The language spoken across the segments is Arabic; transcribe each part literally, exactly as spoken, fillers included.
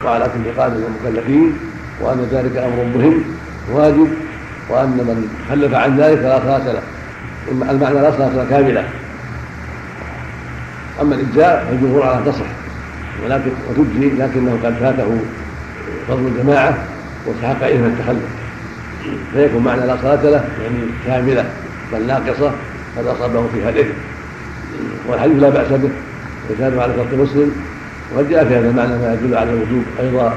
على كل قادر المكلفين، وأن ذلك أمر مهم واجب، وأن من خلف عن ذلك فلا صلاة له. المعنى لا صلاة كاملة. أما الإجزاء فالجمهور على تصح ولكن وتجزي، لكنه قد فاته فضل الجماعة واستحق إثم التخلف، فيكون معنى لا صلاة له يعني كاملة بل ناقصة قد أصابه فيها الإثم. والحديث لا بأس به ويزاد على شرط مسلم، وقد جاء في هذا المعنى ما يدل على الوجوب أيضا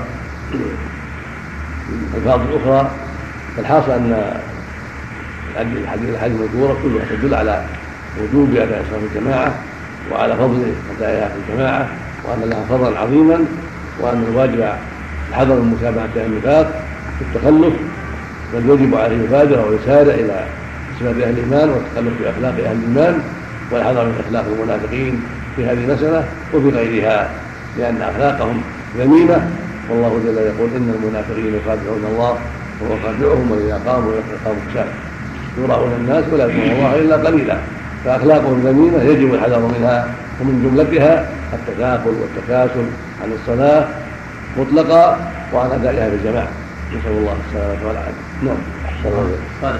الفاظ أخرى. فالحاصل أن الحديث الحديث المذكورة كلها تدل على وجوب أداء صلاة الجماعة وعلى فضل أدائها في الجماعة، وأن لها فضلا عظيما، وأن الواجب الحذر من متابعة النفاق في التخلف، بل يجب عليه يبادر ويسارع إلى صفات أهل الإيمان والتخلف في أخلاق أهل الإيمان، والحذر من أخلاق المنافقين في هذه المسألة وفي غيرها، لأن أخلاقهم ذميمة، والله جل يقول إن المنافقين يخادعون الله وهو خادعهم، وإذا قاموا قاموا كسالى يراؤون الناس ولا يذكرون الله إلا قليلا. فأخلاقهم ذميمة يجب الحذر منها، ومن جملتها التثاقل والتكاسل عن الصلاة مطلقا وعن أدائها في الجماعة، نسأل الله السلامة والعافية. نعم. أحسن الله. قالت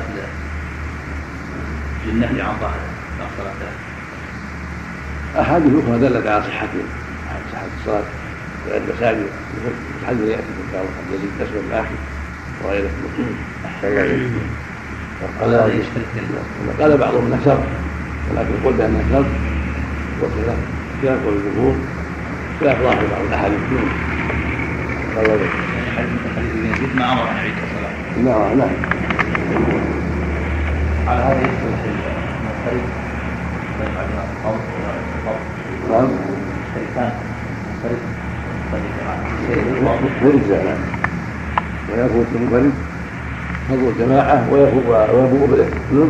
للنهي عن ظاهر الصلاة أحاديث أخرى دلت على صحته، على صحة الصلاة في المساجد، الحديث يأتي في كتاب الذي تسمى الآخر وغيره. قال بعضهم انها شر، ولكن قلت انها شر وخلاف خلاف الجمهور خلاف ظاهر بعض الاحاديث. قال له حديث يزيد ما امر ان يعيد الصلاه. نعم نعم. على هذا يشترك المنفرد بين بعضنا القول والقول. نعم. الشريكان المنفرد بين الجماعه. نعم. ويكون المنفرد فضل الجماعة ويبوء بالإثم.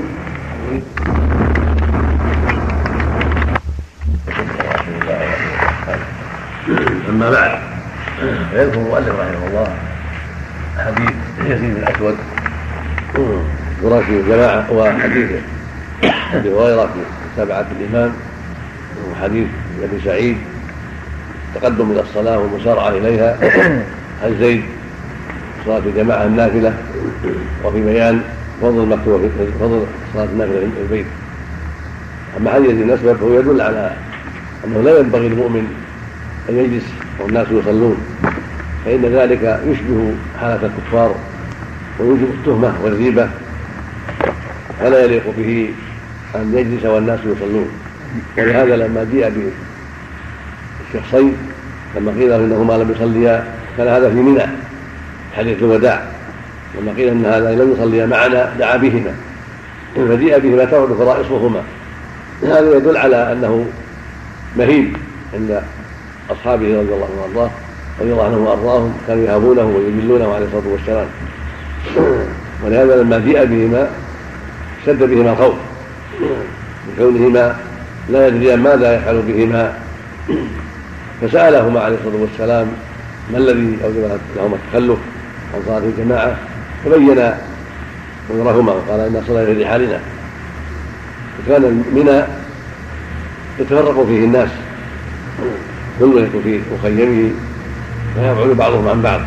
أما بعد، يذكر المؤلف رحمه الله حديث يزيد الأسود وراشد الجماعة، وحديث أبي هريرة في متابعة الإمام، وحديث أبي سعيد التقدم إلى الصلاة والمسارعة إليها عن زيد صلاة الجماعة النافلة، وفي بيان فضل المكتوبة فضل صلاة النافلة في البيت. أما حديث الأسود فهو يدل على أنه لا ينبغي المؤمن أن يجلس والناس يصلون، فإن ذلك يشبه حالة الكفار ويوجب التهمة والريبة، فلا يليق به أن يجلس والناس يصلون. ولهذا لما جاء بالشخصين لما قيل إنهما لم يصليا كان هذا في منى حديث الوداع، لما قيل ان هذا لم يصليا معنا دعا بهما فجيء بهما تعود فرائصهما. هذا يدل على انه مهيب عند اصحابه رضي الله عنهم وارضاه رضي الله عنهم وارضاهم، كانوا يهابونه ويجلونه عليه الصلاه والسلام. ولهذا لما جاء بهما اشتد بهما الخوف بكونهما لا يدريان ماذا يفعل بهما، فسالهما عليه الصلاه والسلام ما الذي اوجب لهما التخلف عن صلاه الجماعه، فبين امرهما وقال ان صلاه في رحالنا. وكان منى يتفرق فيه الناس، كل يكون في مخيمه ويبعد بعضهم عن بعض،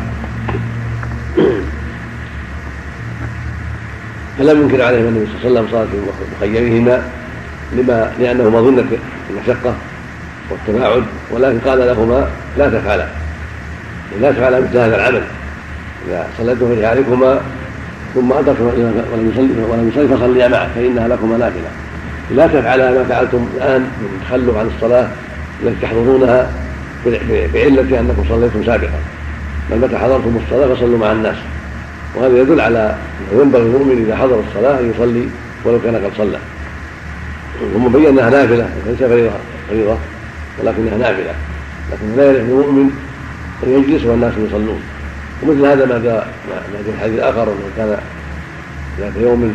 فلم ينكر عليهم النبي صلى الله عليه وسلم صلاه في مخيمهما لما لانه مظنه المشقه والتباعد، ولكن قال لهما لا تفعلا لا تفعلا مثل هذا العمل، إذا صليتم في رحالكما ثم أدركتم ولم يصلي ولم يصلي فصليا معه فإنها لكما نافلة. لا تفعلا ما فعلتم الآن من تخلف عن الصلاة التي تحضرونها بعلة أنكم صليتم سابقا، بل متى حضرتم الصلاة فصلوا مع الناس. وهذا يدل على أنه ينبغي المؤمن إذا حضر الصلاة أن يصلي ولو كان قد صلى. ثم بين أنها نافلة ليس فريضة ولكنها نافلة، لكن لا يليق المؤمن أن يجلس والناس يصلون. ومثل هذا ما جاء في الحديث الآخر أنه كان ذات يوم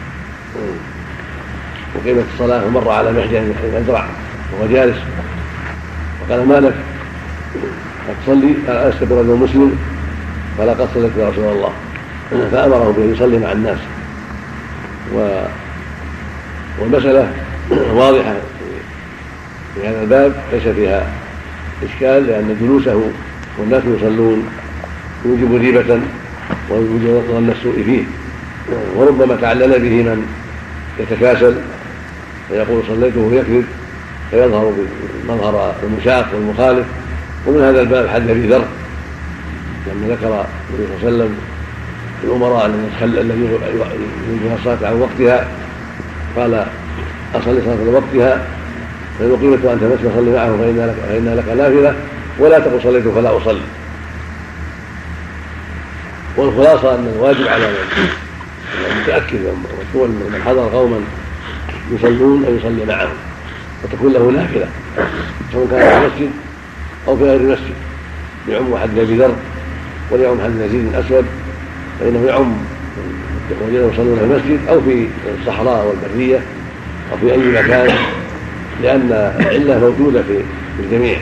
وقيمت الصلاة ومر على محجن يزرع وهو جالس فقال ما لك تصلي؟ قال ألست برجل مسلم؟ قال قد صليت يا رسول الله، فأمره بأن يصلي مع الناس. والمسألة واضحة في هذا الباب ليس فيها إشكال، لأن جلوسه والناس يصلون يوجب ريبة ويوجب ظن السوء فيه، وربما تعلل به من يتكاسل فيقول صليت وهو يكذب فيظهر مظهر المشاق والمخالف. ومن هذا الباب حديث ابي ذر لما ذكر النبي صلى الله عليه وسلم الامراء الذين يؤخرون الصلاه عن وقتها قال اصلي صلاه لوقتها فان اقيمت وانت مسلم صلي معه فإن لك, فإن لك نافله ولا تقل صليت فلا اصلي. والخلاصه ان الواجب على المتاكد من حضر قوما يصلون او يصلي معهم وتكون له نافله سواء كان في المسجد او في غير المسجد، يعم حديث ابي ذر وليعم حديث يزيد الاسود، فانه يعم الذين يصلون في المسجد او في الصحراء والبريه او في اي مكان، لان العله موجوده في الجميع.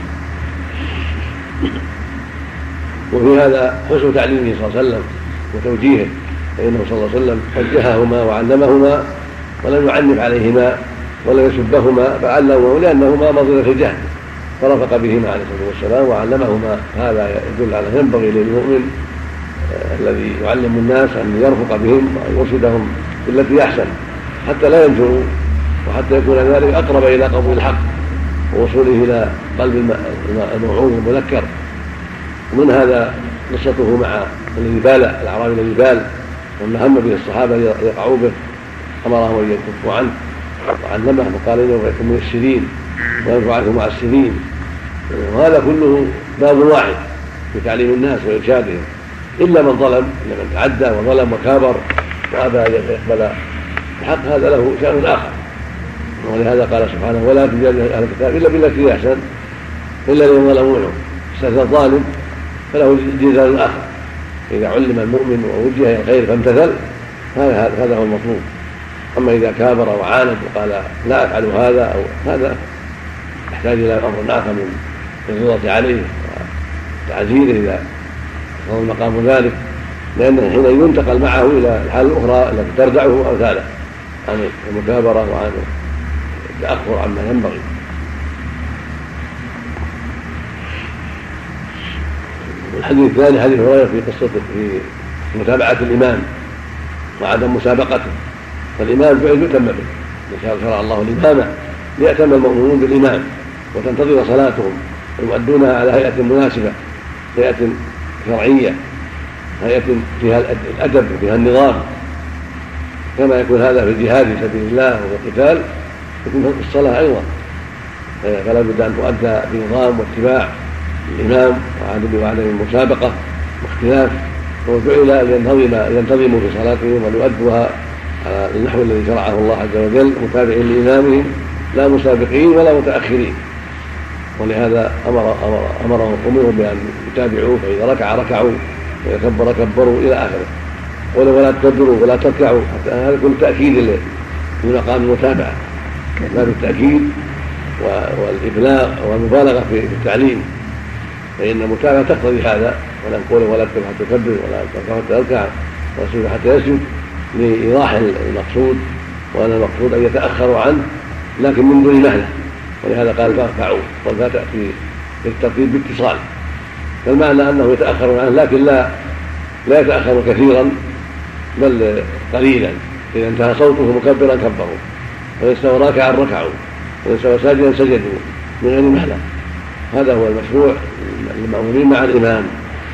وفي هذا حسن تعليمه صلى الله عليه وسلم وتوجيهه، فانه صلى الله عليه وسلم وجههما وعلمهما ولم يعنف عليهما ولا يسبهما فعلمهما لانهما مظنة الجهل فرفق بهما عليه الصلاه والسلام وعلمهما. هذا يدل على ينبغي للمؤمن آه الذي يعلم الناس ان يرفق بهم وان يرشدهم بالتي احسن حتى لا ينفروا وحتى يكون ذلك اقرب الى قبول الحق ووصوله الى قلب الموعوظ المذكر. ومن هذا قصته مع الذي بال الاعرابي الذي بال لما هم به الصحابه يقعوا به امرهم ان يكفوا عنه وعلمه فقال انه يكون من السنين وينفعكم مع السنين. وهذا كله باب واحد في تعليم الناس وارشادهم، الا من ظلم، الا من تعدى وظلم وكابر وابى ان يقبل الحق هذا له شان اخر. ولهذا قال سبحانه ولا تجادل اهل الكتاب الا بالتي هي احسن الا الذين ظلموا منهم. استثنى الظالم فله جزاء اخر، اذا علم المؤمن ووجه الى الخير فامتثل هذا هو المطلوب. اما اذا كابر وعاند وقال لا افعل هذا او هذا يحتاج الى امر اخر من الرضا عليه وتعزيره اذا صار مقام ذلك، لانه حين ينتقل معه الى الحال الاخرى التي تردعه او ثاله عن المكابره وعن التاخر عما ينبغي. الحديث الثاني حديث هريره في قصه في متابعه الامام وعدم مسابقته. فالامام جعل يؤتم به، شرع الله الامامه ليأتم المؤمنون بالامام وتنتظر صلاتهم ويؤدونها على هيئه مناسبه، هيئه شرعيه، هيئه فيها الادب وفيها النظام، كما يكون هذا في الجهاد في سبيل الله والقتال يكون في الصلاه ايضا. فلا بد ان تؤدى بنظام واتباع الامام وعدم المسابقه واختلاف. وجعل لينتظموا في صلاتهم وليؤدوها على النحو الذي شرعه الله عز وجل متابعين لامامهم لا مسابقين ولا متاخرين. ولهذا امر امر امرهم امرهم بان يتابعوه، فاذا ركع ركعوا واذا كبر كبروا الى اخره، ولا تكبروا ولا تركعوا، حتى هذا كل تاكيد لمقام المتابعه، باب التاكيد والابلاغ والمبالغه في التعليم، فان المتابعه تقتضي هذا. ولا نقول ولا تكبر حتى تكبر ولا تركع حتى يركع ولا تسجد حتى يسجد، لإيضاح المقصود وأن المقصود أن يتأخروا عنه لكن من دون مهلة. ولهذا قال فارفعوا، والفاء تأتي بالترتيب باتصال، فالمعنى أنه يتأخرون عنه لكن لا لا يتأخروا كثيرا بل قليلا. إذا انتهى صوته مكبرا كبروا، وإذا استوى راكعا ركعوا، وإذا استوى ساجدا سجدوا من غير مهلة. هذا هو المشروع للمأمومين مع الإمام.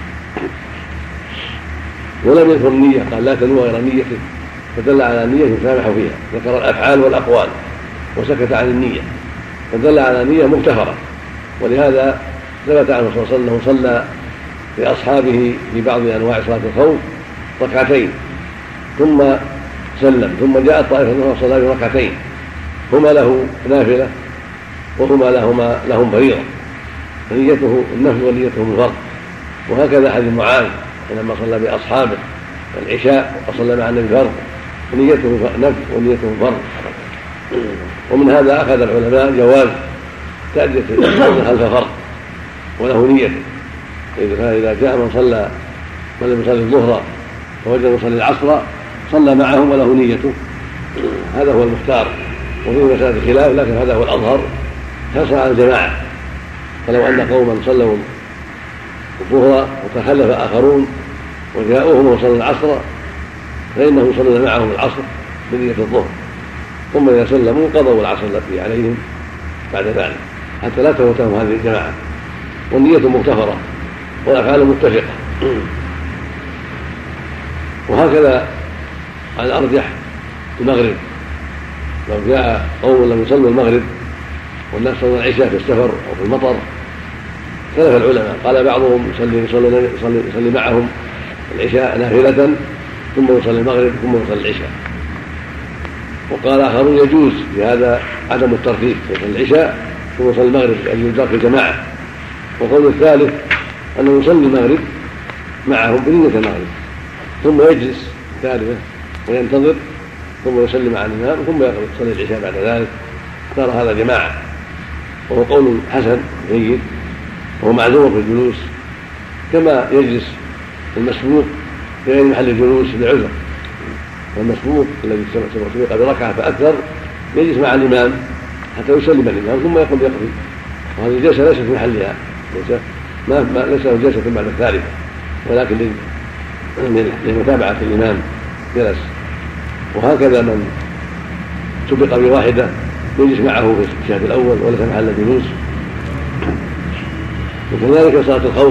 ولم يذكر النية، قال لا تنوى غير نيته، فدل على النية يسامح فيها. ذكر الأفعال والأقوال وسكت عن النية، فدل على نية مغتفرة. ولهذا ثبت عنه صلى الله عليه وسلم انه صلى لأصحابه في بعض أنواع صلاة الخوف ركعتين ثم سلم، ثم جاءت طائفة منهم صلى بركعتين هما له نافلة وهما لهما لهم فريضة، فنيته النفل ونيته الفرض. وهكذا حديث معاذ لما صلى باصحابه العشاء وصلى مع النبي فرض، ونيته نفل ونيته فرض. ومن هذا اخذ العلماء جواز تأدية خلف فرض وله نيته، فاذا جاء من صلى من لم يصلي الظهر فوجد يصلي العصر صلى معهم وله نيته، هذا هو المختار. وفيه مسألة الخلاف لكن هذا هو الأظهر، حرصا على الجماعة. فلو أن قوما صلوا الظهر وتخلف آخرون وجاءوهم وصلوا العصر فإنهم يصلون معهم العصر بنية الظهر، ثم إذا سلموا قضوا العصر التي عليهم بعد ذلك حتى لا تفوتهم هذه الجماعة، والنية مغتفرة والأفعال متفقة. وهكذا على الأرجح المغرب، لو جاء قوم لم يصلوا المغرب والناس صلوا العشاء في السفر أو في المطر اختلف العلماء، قال بعضهم يصلي, يصلي, يصلي, يصلي معهم العشاء نافلة ثم يصلي المغرب ثم يصلي العشاء، وقال آخرون يجوز بهذا عدم الترتيب، يصلي العشاء ثم يصلي المغرب أن يدرك الجماعة. وقول الثالث أنه يصلي المغرب معهم بنية المغرب ثم يجلس ثالثة وينتظر ثم يسلم مع الإمام ثم يصلي العشاء بعد ذلك، صار هذا جماعة، وهو قول حسن جيد وهو معذور في الجلوس، كما يجلس المسبوق في غير محل الجلوس لعذر، والمسبوق الذي سبق بركعة فأكثر يجلس مع الإمام حتى يسلم الإمام ثم يقوم يقضي، وهذه الجلسة ليست في محلها، ليس ما ليس له جلسة بعد الثالثة، ولكن لمتابعة الإمام جلس. وهكذا من سبق بواحدة يجلس معه في الشهر الأول وليس محل الجلوس. وكذلك صلاة الخوف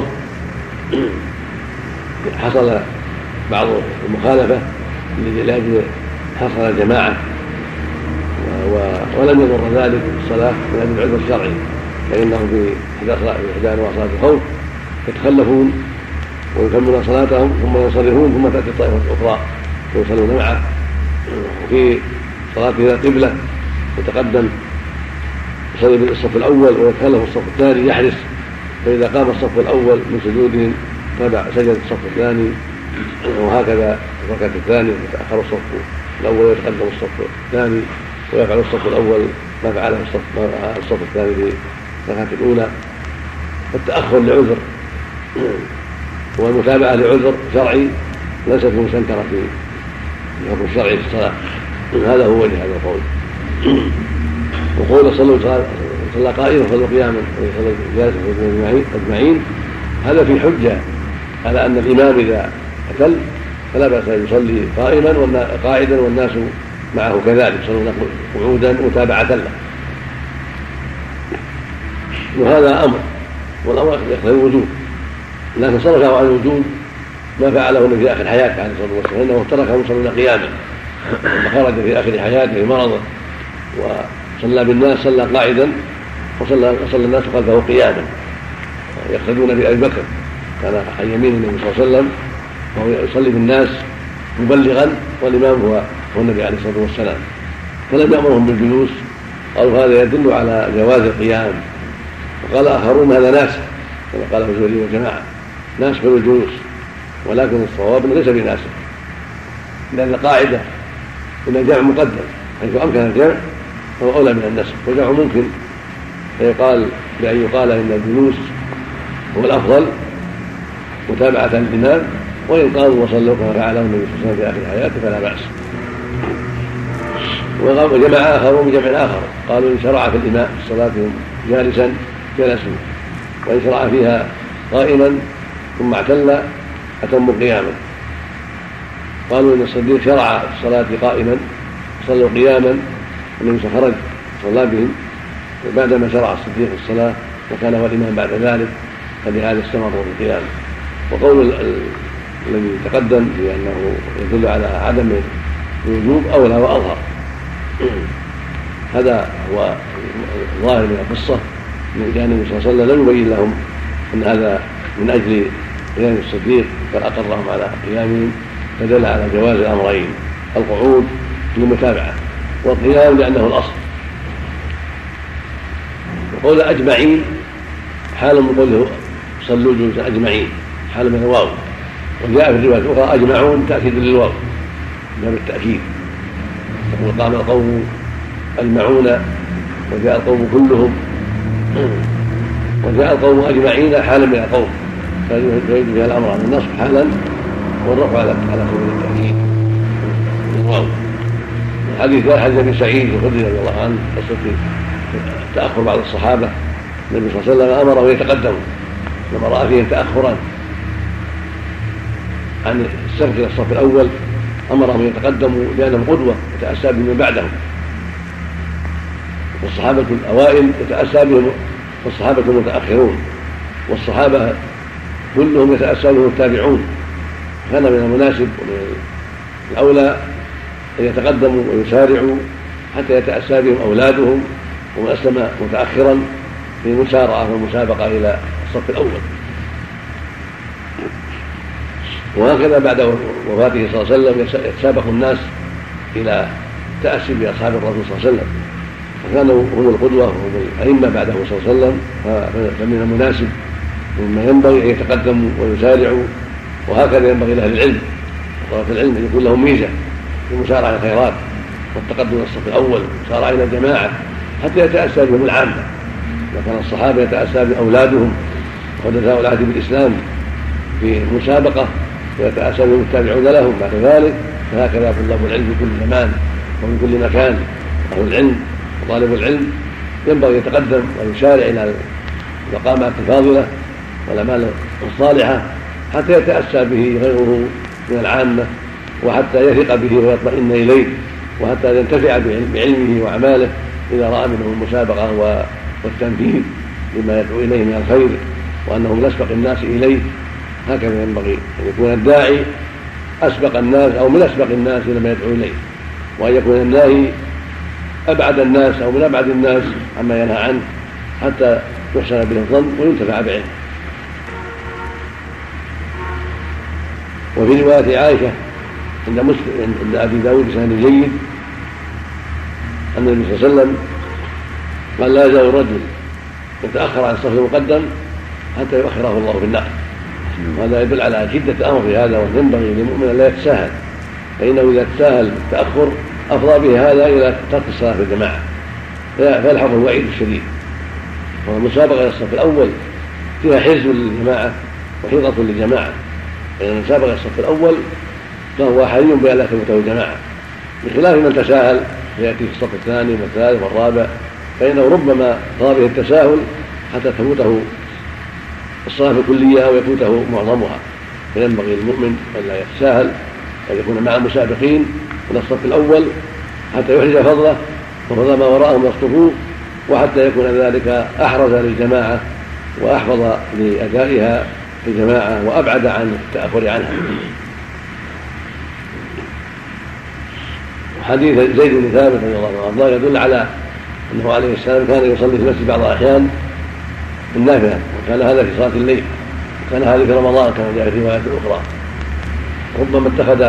حصل بعض المخالفة لأجل حصل الجماعة ولم يضر ذلك الصلاة من أجل العذر الشرعي، فإنهم في إحدى أنواع صلاة الخوف يتخلفون ويكملون صلاتهم ثم ينصرفون ثم تأتي الطائفة الأخرى ويصلون معه. وفي صلاة إلى القبلة يتقدم يصلي بالصف الأول ويتخلف الصف الثاني يحرص، فإذا قام الصف الأول من سجودهم تبع سجد الصف الثاني، وهكذا الركعة الثانية يتأخر الصف الأول ويتقدم الصف الثاني ويفعل الصف الأول ما فعله الصف, الصف الثاني في الركعة الأولى. التأخر لعذر والمتابعة لعذر شرعي ليست مستنكرة في الحكم الشرعي في الصلاة، هذا هو وجه هذا القول. وقول صلوا صلى قائما صلوا قياما وصلى جالسا أجمعين هذا في حجة على أن الإمام إذا أكل فلا بأس أن يصلي قائما قاعدا والناس معه كذلك يصلون قعودا متابعة له، وهذا أمر والأمر يقتضي الوجوب، لكن صرفه عن الوجوب ما فعله النبي في آخر حياته عليه الصلاة والسلام، إنه تركهم يصلون قياما وخرج في آخر حياته في مرضه وصلى بالناس صلى قاعدا وصلى وصلى الناس خلفه قياما يقتدون بأبي بكر، كان عن يمين النبي صلى الله عليه وسلم وهو يصلي بالناس مبلغا والإمام هو هو النبي عليه الصلاة والسلام، فلم يأمرهم بالجلوس، قالوا هذا يدل على جواز القيام. وقال آخرون هذا ناسخ كما قاله الزهري والجماعة، ناسخ الجلوس، ولكن الصواب انه ليس بناسخ، لأن القاعدة ان الجمع مقدم، حيث أمكن الجمع فهو أولى من النسخ، والجمع ممكن فيقال بأن يقال إن الجلوس هو الأفضل متابعة للإمام، وإن قالوا وصلوا كما فعله النبي صلى الله عليه وسلم في آخر حياته فلا بأس. وجمع آخرون بجمع آخر قالوا إن شرع في الإمام في الصلاة جالسا جلسوا، وإن شرع فيها قائما ثم اعتل أتموا قياما. قالوا إن الصديق شرع في الصلاة قائما صلوا قياما، النبي خرج صلى بهم بعدما شرع الصديق في الصلاة وكان هو الإمام بعد ذلك، فلهذا استمروا في القيام. وقول الذي تقدم بأنه يدل على عدم الوجوب أولى وأظهر، هذا هو الظاهر من القصة، من كان النبي صلى الله عليه وسلم لم يبين لهم أن هذا من أجل قيام الصديق بل أقرهم على قيامهم، فدل على جواز الأمرين، القعود للمتابعة والقيام لأنه الأصل. وقول أجمعين حال من قوله صلوا جلوسا أجمعين حال من الواو، وجاء في الرواية الأخرى أجمعون تأكيد للواو باب التأكيد، يقول قام القوم أجمعون وجاء القوم كلهم، وجاء القوم أجمعين حالا من القوم، فيريد بها الأمر على النصب حالا والرفع على على سبيل التأكيد الواو. الحديث لا حديث ابن سعيد الخدري رضي الله عنه قصة تأخر بعض الصحابة، النبي صلى الله عليه وسلم أمره يتقدموا لما رأى فيهم تأخرا عن السبق إلى الصف الأول أمرهم أن يتقدموا لأنهم قدوة يتأسى بهم من بعدهم، والصحابة الأوائل يتأسى بهم والصحابة المتأخرون، والصحابة كلهم يتأسى بهم التابعون. كان من المناسب ومن الأولى أن يتقدموا ويسارعوا حتى يتأسى بهم أولادهم ومن أسلم متأخرا في المسارعة والمسابقة إلى الصف الأول. وهكذا بعد وفاته صلى الله عليه وسلم يتسابق الناس إلى تأسي بأصحاب الرسول صلى الله عليه وسلم، فكانوا هم القدوة وهم الأئمة بعده صلى الله عليه وسلم، فمن المناسب مما ينبغي أن يتقدموا ويسارعوا. وهكذا ينبغي لأهل العلم وطلبة العلم أن يكون لهم ميزة في مسارعة الخيرات والتقدم إلى الصف الأول والمسارعة إلى الجماعة حتى يتأسى بهم العامة. وكان الصحابة يتأسى بأولادهم وحدثاء العهد بالإسلام في مسابقة ويتأسى بهم التابعون لهم بعد ذلك، فهكذا طلاب العلم في كل زمان ومن كل مكان. أهل العلم وطالب العلم ينبغي يتقدم ويسارع إلى المقامات الفاضلة والأعمال الصالحة حتى يتأسى به غيره من العامة، وحتى يثق به ويطمئن إليه، وحتى ينتفع بعلمه وأعماله إذا رأى منه المسابقة والتنفيذ لما يدعو إليه من الخير وأنه من أسبق الناس إليه. هكذا ينبغي أن يكون الداعي أسبق الناس أو من أسبق الناس إلى ما يدعو إليه، وأن يكون الناهي أبعد الناس أو من أبعد الناس عما ينهى عنه حتى يحسن به الظن وينتفع بعلمه. وفي رواية عائشة عند مسلم عند أبي داود بسند جيد أن النبي صلى الله عليه وسلم قال: لا يزال الرجل يتأخر عن الصف المقدم حتى يؤخره الله في النار. وهذا يدل على شدة أمر في هذا، وأن ينبغي للمؤمن أن لا يتساهل، فإنه إذا تساهل التأخر أفضى به هذا إلى ترك الصلاة في الجماعة فيلحقه الوعيد الشديد. والمسابقة إلى الصف الأول فيها حزب للجماعة وحيطة للجماعة، فإن من سابق الصف الأول فهو حري بأن لا تفوته الجماعة، بخلاف من تساهل فيأتي في الصف الثاني والثالث والرابع فإنه ربما طغى به التساهل حتى تفوته الصلاة الكلية أو يفوته معظمها. فينبغي للمؤمن أن لا يتساهل، أن يكون مع المسابقين من الصف الأول حتى يحرز فضله وفضل ما وراءهم من الصفوف، وحتى يكون ذلك أحرز للجماعة وأحفظ لأدائها في الجماعة وأبعد عن التأخر عنها. حديث زيد بن ثابت رضي الله عنه يدل على أنه عليه السلام كان يصلي في المسجد بعض الأحيان النافلة، وكان هذا في صلاة الليل، وكان هذا في رمضان كما جاء في روايات أخرى. ربما اتخذ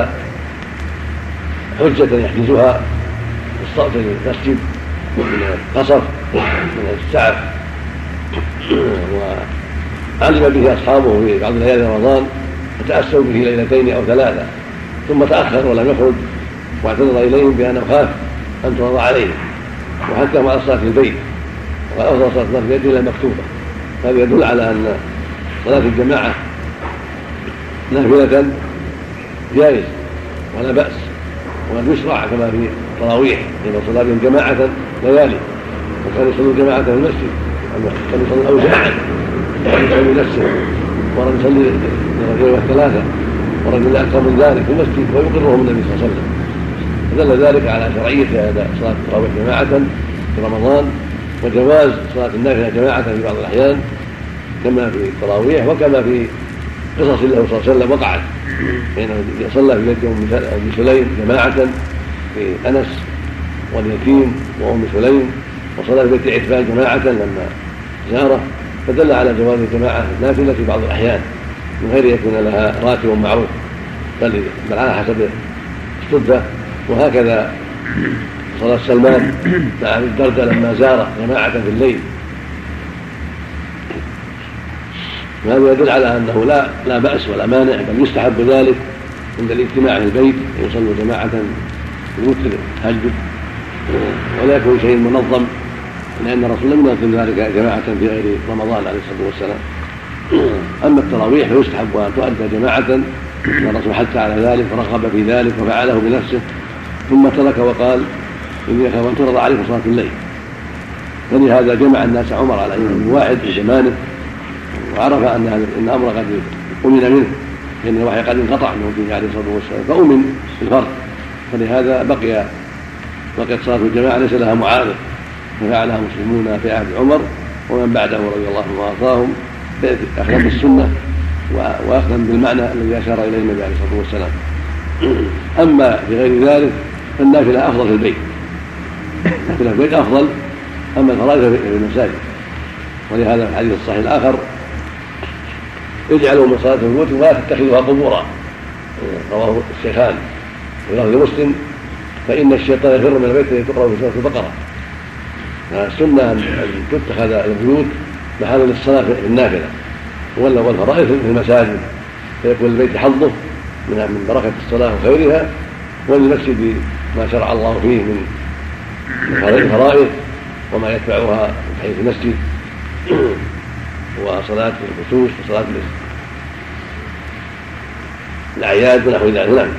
حجة يحجزها في المسجد من القصر من السعف، وعلم به أصحابه في بعض ليالي رمضان فتأسوا به ليلتين أو ثلاثة، ثم تأخر ولم يخرج واعتذر إليهم بأنه خاف أن ترضى عليه، وحتى مع صلاة البيت وقال أفضل صلاة الله في البيت إلا المكتوبة. هذا يدل على أن صلاة الجماعة نافلة جائز ولا بأس، وأن يشرع كما في التراويح لمن صلى بهم جماعة ليالي، وكان يصلوا جماعة في المسجد، كان يصلي أوزاعا وكان يصلي نفسه، ورد يصلي لرجل والثلاثة ورجل أكثر من ذلك في المسجد ويقرهم النبي صلى الله عليه وسلم. فدل ذلك على شرعية صلاة التراويح جماعة في رمضان، وجواز صلاة النافلة جماعة في بعض الأحيان كما في التراويح وكما في قصص له صلى الله عليه وسلم وقعت، فإنه صلى في بيت أم سليم جماعة في أنس واليتيم وأم سليم، وصلى في بيت عتبان جماعة لما زاره، فدل على جواز الجماعة النافلة في بعض الأحيان من غير يكون لها راتب معروف، بل على حسب الصدفة. وهكذا صلاة سلمان مع أبي الدرداء لما زاره جماعة في الليل، وهذا يدل على أنه لا لا بأس ولا مانع، بل يستحب ذلك عند الاجتماع في البيت أن يصلوا جماعة في الوتر تهجد ولا يكون شيء منظم، لأن الرسول لم ينظم ذلك جماعة في غير رمضان عليه الصلاة والسلام. أما التراويح فيستحب أن تؤدى جماعة، الرسول حث على ذلك ورغب في ذلك وفعله بنفسه، ثم ترك وقال: إني أخاف أن ترضى عليكم صلاة الليل. فلهذا جمع الناس عمر على إمام واحد في زمانه وعرف ان ان الامر قد امن منه لان الوحي قد انقطع من وجوده عليه الصلاه والسلام فامن الفرد، فلهذا بقي بقيت صلاه الجماعه ليس لها معارض، ففعلها مسلمون في عهد عمر ومن بعده رضي الله عنهم وارضاهم اخذا بالسنه واخذا بالمعنى الذي اشار اليه النبي عليه الصلاه والسلام. اما في غير ذلك فالنافله افضل في البيت، النافله في البيت افضل، اما الفرائض في المساجد. ولهذا في الحديث الصحيح الاخر اجعلوا من صلاه البيوت ولا تتخذوها قبورا، رواه الشيخان ولفظ مسلم فان الشيطان يفر من البيت الذي تقرا في سوره البقره. فالسنه ان تتخذ البيوت محلا للصلاه في النافله والفرائض في المساجد، فيكون البيت حظه من بركه الصلاه وخيرها، وللمسجد ما شرع الله فيه من الفرائض وما يتبعها من حيث المسجد وصلاه الخصوص وصلاه الاعياد ونحو ذلك. نعم.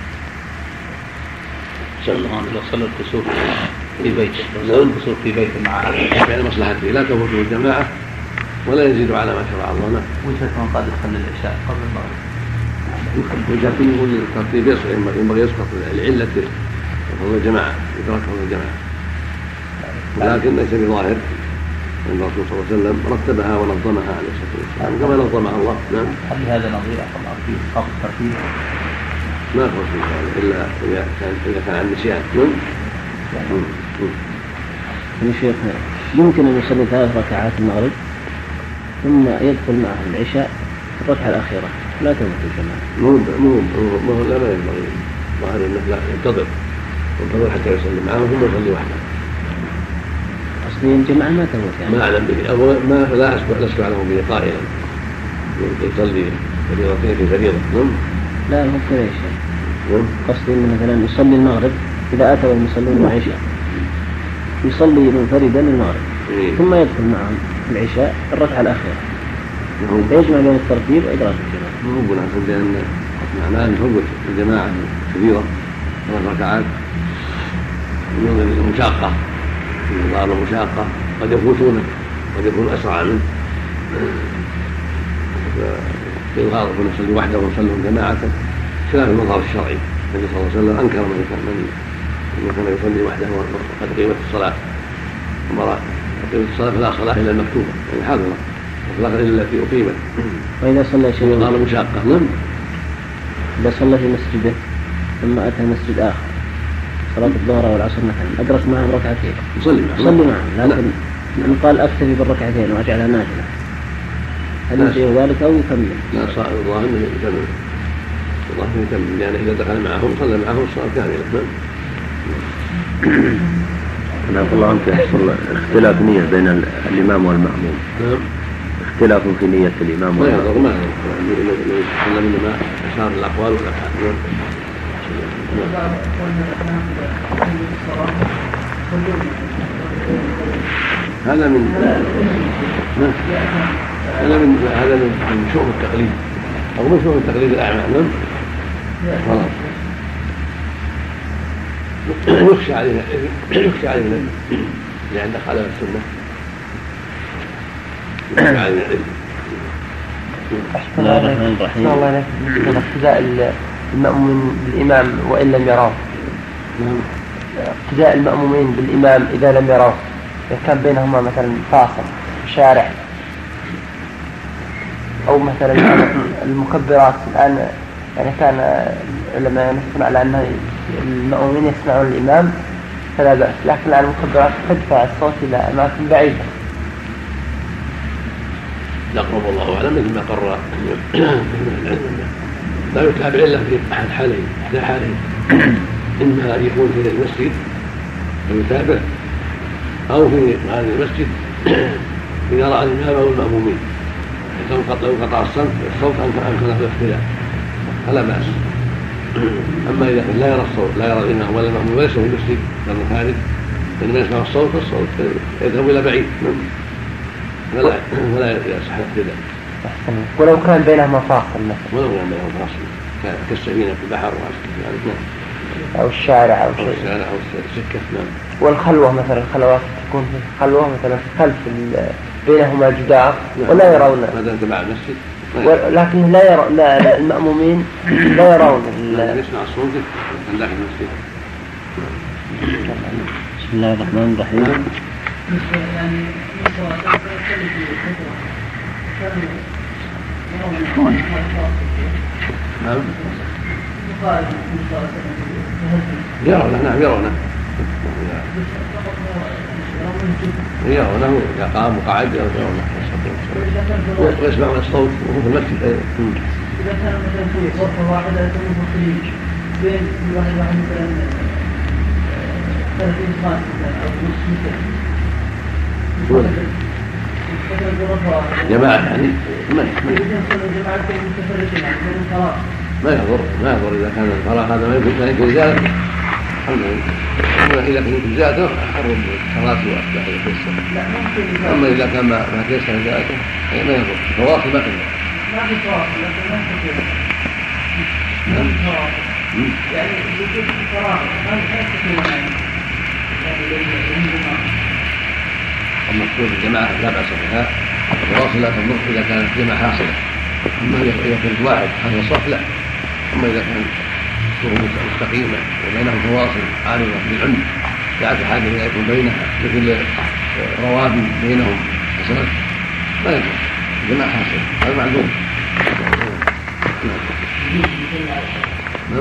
لو صلى الكسوف في بيت صلى الكسوف في بيت مع يعني مصلحته لا تفوته الجماعه ولا يزيد على ما شرع الله. نعم. وجهة من قال يصلي العشاء قبل المغرب، وجهة يقول الترتيب ينبغي يسقط العلة فضل الجماعة يدرك فضل الجماعة، ولكن ليس بظاهر أن الرسول صلى الله عليه وسلم رتبها ونظمها عليه الصلاة والسلام كما نظمها الله. نعم. هل هذا نظير أخبر في إسقاط الترتيب؟ ما هو في ذلك إلا إذا كان إذا كان عن نسيان. نعم. يا شيخ يمكن أن يصلي ثلاث ركعات المغرب ثم يدخل معه العشاء الركعة الأخيرة لا تفوت الجماعة. مو مو مو لا ما ينبغي ظاهر انه لا ينتظر ينتظر حتى يصلي معه ثم يصلي وحده. أصلي الجماعة ما تفوت يعني. ما أعلم به أو ما لا أسمع لا أسمع له به قائلا يصلي فريضتين في فريضة. نعم. لا هو كذا يا شيخ. نعم. قصدي إنه مثلا يصلي المغرب إذا أتوا المصلون العشاء يصلي منفردا المغرب إيه. ثم يدخل معهم العشاء الركعة الأخيرة يجمع بين الترتيب وإدراك الجماعة. مو بالعكس لأن معناه أن تفوت الجماعة كبيرة ثلاث ركعات من المشاقة من بعض المشاقة قد يفوتونه قد يكون أسرع منه، فالغالب أن يصلي وحده ويصلون جماعة خلاف المظهر الشرعي. النبي صلى الله عليه وسلم أنكر من كان من كان يصلي وحده وقد قيمت الصلاة أمر قيمت الصلاة فلا صلاة إلا المكتوبة يعني حاضرة والصلاة إلا التي أقيمت. وإذا صلى شيء قال مشاقة. نعم. إذا صلى في مسجده ثم أتى مسجد آخر صلاة الظهر والعصر مثلا أدرك معهم ركعتين يصلي معهم يصلي معهم لكن من قال أكتفي بالركعتين وأجعلها نافلة هل يجيء ذلك أو يكمل؟ لا صار الظاهر أنه يكمل الظاهر يكمل لأن إذا دخل معهم صلى معهم الصلاة كاملة. أنا أقول الله أنت يحصل اختلاف نية بين الإمام والمأموم. نعم. اختلاف في نية الإمام والمأموم. ما يضر ما يضر إنما أشار الأقوال والأفعال. هذا من هذا من هذا من شؤم التقليد أو من شؤم التقليد الأعمى. نعم. خلاص. يخشى علينا يخشى علينا لأن خالف السنة يخشى علينا. بسم الله الرحمن الرحيم. الله عليك من اقتداء المأمومين بالإمام وإن لم يراه. اقتداء المأمومين بالإمام إذا لم يراه إذا كان بينهما مثلا فاصل شارع أو مثلا المكبرات الآن يعني كان لما نصنع على أن المأمومين يسمعون الإمام فلا بأس، لكن الآن المكبرات تدفع الصوت إلى أماكن بعيدة. يقرب الله أعلم مثل ما قرر لا يتابع إلا في أحد حالين إحدى حالين، إما أن يكون في المسجد فيتابع أو في هذا المسجد إذا رأى الإمام أو المأمومين لو انقطع الصوت أمكن له الاختلاف فلا بأس. أما إذا كان لا يرى الصوت لا يرى الإمام ولا المأموم وليس في المسجد بل خارج فإنما يسمع الصوت الصوت يذهب إلى بعيد فلا فلا يصح الاقتداء ولو كان بينهما فاصل مثلا ولو كان بينهما فاصل كالسفينة في البحر أو الشارع أو شيء الشارع أو السكة. نعم. والخلوة مثلا الخلوات تكون في خلوة مثلا خلف بينهما جدار ولا يرون، هذا تبع المسجد، لكن لا يرى لا المأمومين لا يرون يسمع صوتك داخل المسجد. بسم الله الرحمن الرحيم. نعم يرونه، نعم يرونه يرونه إذا قام وقعد يرونه ويسمعون الصوت وهو في المسجد أيضا. إذا كان مثلا في غرفة واحدة يكون مختلفين بين واحد واحد مثلا ثلاثين خان أو نص مثلا جماعة يعني ما ما يضر ما يضر إذا كان الفراغ هذا ما يمكن زيادة الحمد لله. إذا كنت زيادة حرم الصلاة وأشبه القصة. أما إذا كان ما ما تيسر زيادة ما يضر فواصل ما تضر. ما في فواصل لكن ما تستطيع. ما في فواصل. يعني يجب الفراغ ما يستطيع يعني. المقصود الجماعة لا بأس بها، الفواصل لا تضر إذا كانت جماعة حاصلة. أما إذا كنت واحد هذا الصف لا. أما إذا كان الصفوف مستقيمة وبينهم فواصل عارضة بالعمد لا حاجة إلى يكون بينها مثل روابي بينهم حسنات لا يضر، جماعة حاصلة هذا معلوم. نعم.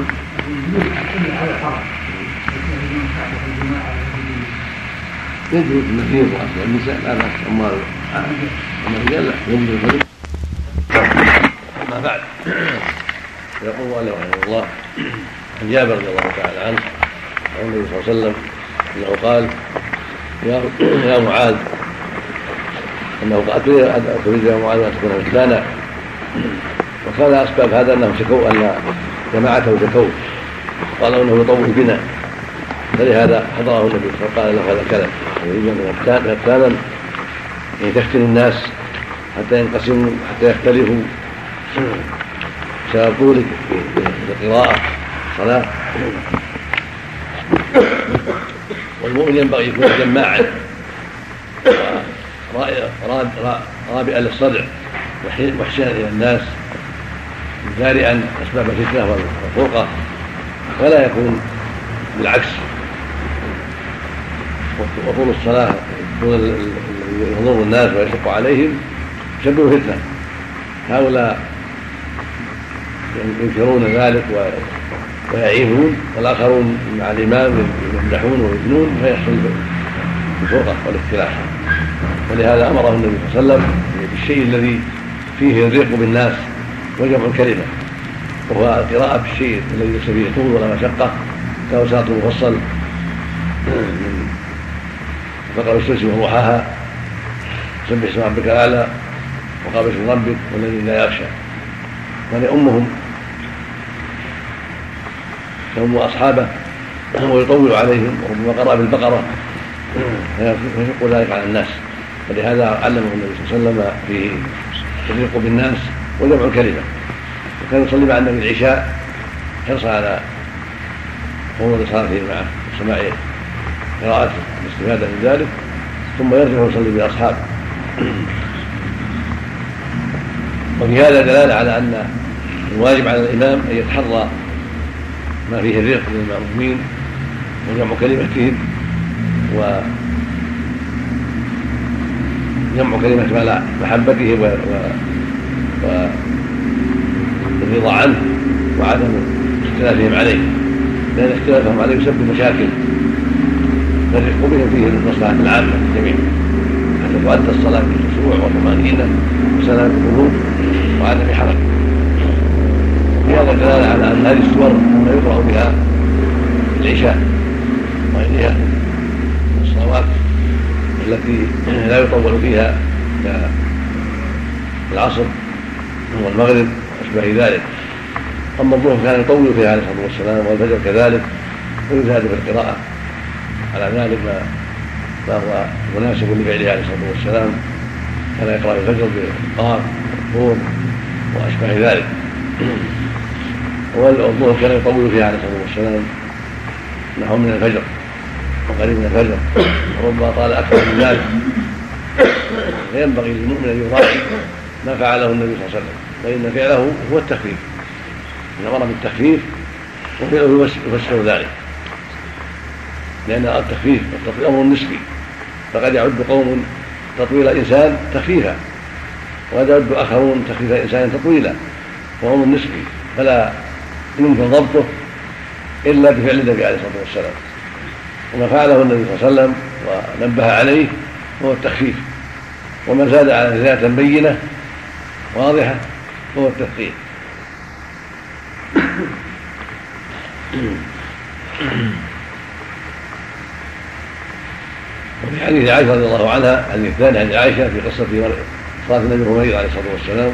يجوز المحيض وأصل النساء لا بأس، أما أما الرجال لا يجوز الفريق. أما بعد يقول الله رحمه الله عن جابر رضي الله تعالى عنه عن النبي صلى الله عليه وسلم أنه قال يا يا معاذ أنه أتريد يا معاذ أن تكون مثلنا، وكان أسباب هذا أنهم شكوا أن جماعته شكوا قالوا أنه يطول بنا، فلهذا حضره النبي فقال له هذا كلام يريد أن يغتالا أن تفتن الناس حتى ينقسموا حتى يختلفوا بسبب طولك بالقراءة الصلاة. والمؤمن ينبغي يكون جماعا رابئا للصدع محسنا إلى الناس جارئا أسباب الفتنة والفرقة، ولا يكون بالعكس. وطول الصلاة طول حضور الناس ويشق عليهم يسبب فتنة. هؤلاء ينكرون ذلك ويعيبون، والآخرون مع الإمام يمدحون ويثنون فيحصل الفرقة والاختلاف. ولهذا أمره النبي صلى الله عليه وسلم بالشيء الذي فيه يضيق بالناس وجمع الكلمة، وهو القراءة بالشيء الذي ليس فيه طول ولا مشقة كوساط مفصل من فقر الشمس وضحاها، سبح اسم ربك الأعلى وقابل اسم ربك والذي لا يخشى. كان يؤمهم يؤم أصحابه ويطول عليهم، وربما قرأ بالبقرة فيشق ذلك على الناس، ولهذا علمه النبي صلى الله عليه وسلم فيه يضيق بالناس وجمع الكلمة. وكان يصلي مع النبي العشاء حرصا على حضور صلاته معه وسماع قراءته والاستفادة من ذلك، ثم يرجع ويصلي بأصحابه. وفي هذا دلالة على أن الواجب على الإمام أن يتحرى ما فيه الرفق للمأمومين وجمع كلمتهم وجمع كلمة على محبتهم والرضا عنه وعدم اختلافهم عليه، لأن اختلافهم عليه يسبب مشاكل فالرفق بهم فيه للمصلحة العامة للجميع حتى تؤدى الصلاة بالخشوع والطمأنينة وسلامة القلوب وعدم حرج. وفي هذا دلالة على أن هذه السور ما يقرأ بها العشاء وغيرها من الصلوات التي لا يطول فيها كالعصر والمغرب وأشبه ذلك. أما الظهر كان يطول فيها عليه الصلاة والسلام، والفجر كذلك، ويزاد في القراءة على ذلك ما ما هو مناسب لفعله عليه الصلاة والسلام. كان يقرأ الفجر بالقاف والطور وأشبه ذلك، والظهر كان يطول فيها عليه الصلاة والسلام نحو من الفجر وقريب من الفجر، وربما طال أكثر من ذلك فينبغي للمؤمن ان يراعي ما فعله النبي صلى الله عليه وسلم، فان فعله هو التخفيف، ان امر بالتخفيف وفعله يفسر ذلك، لان التخفيف والتطويل امر نسبي، فقد يعد قوم تطويل انسان تخفيفا، وقد يعد اخرون تخفيف انسان تطويلا، وهو امر نسبي فلا يمكن ضبطه الا بفعل النبي عليه الصلاه والسلام. وما فعله النبي صلى الله عليه وسلم ونبه عليه هو التخفيف، وما زاد على زيادة بينة واضحة هو التثقيل. وفي حديث عائشة رضي الله عنها، حديث الثاني عن عائشة في قصة صلاة النبي محمد عليه الصلاة والسلام،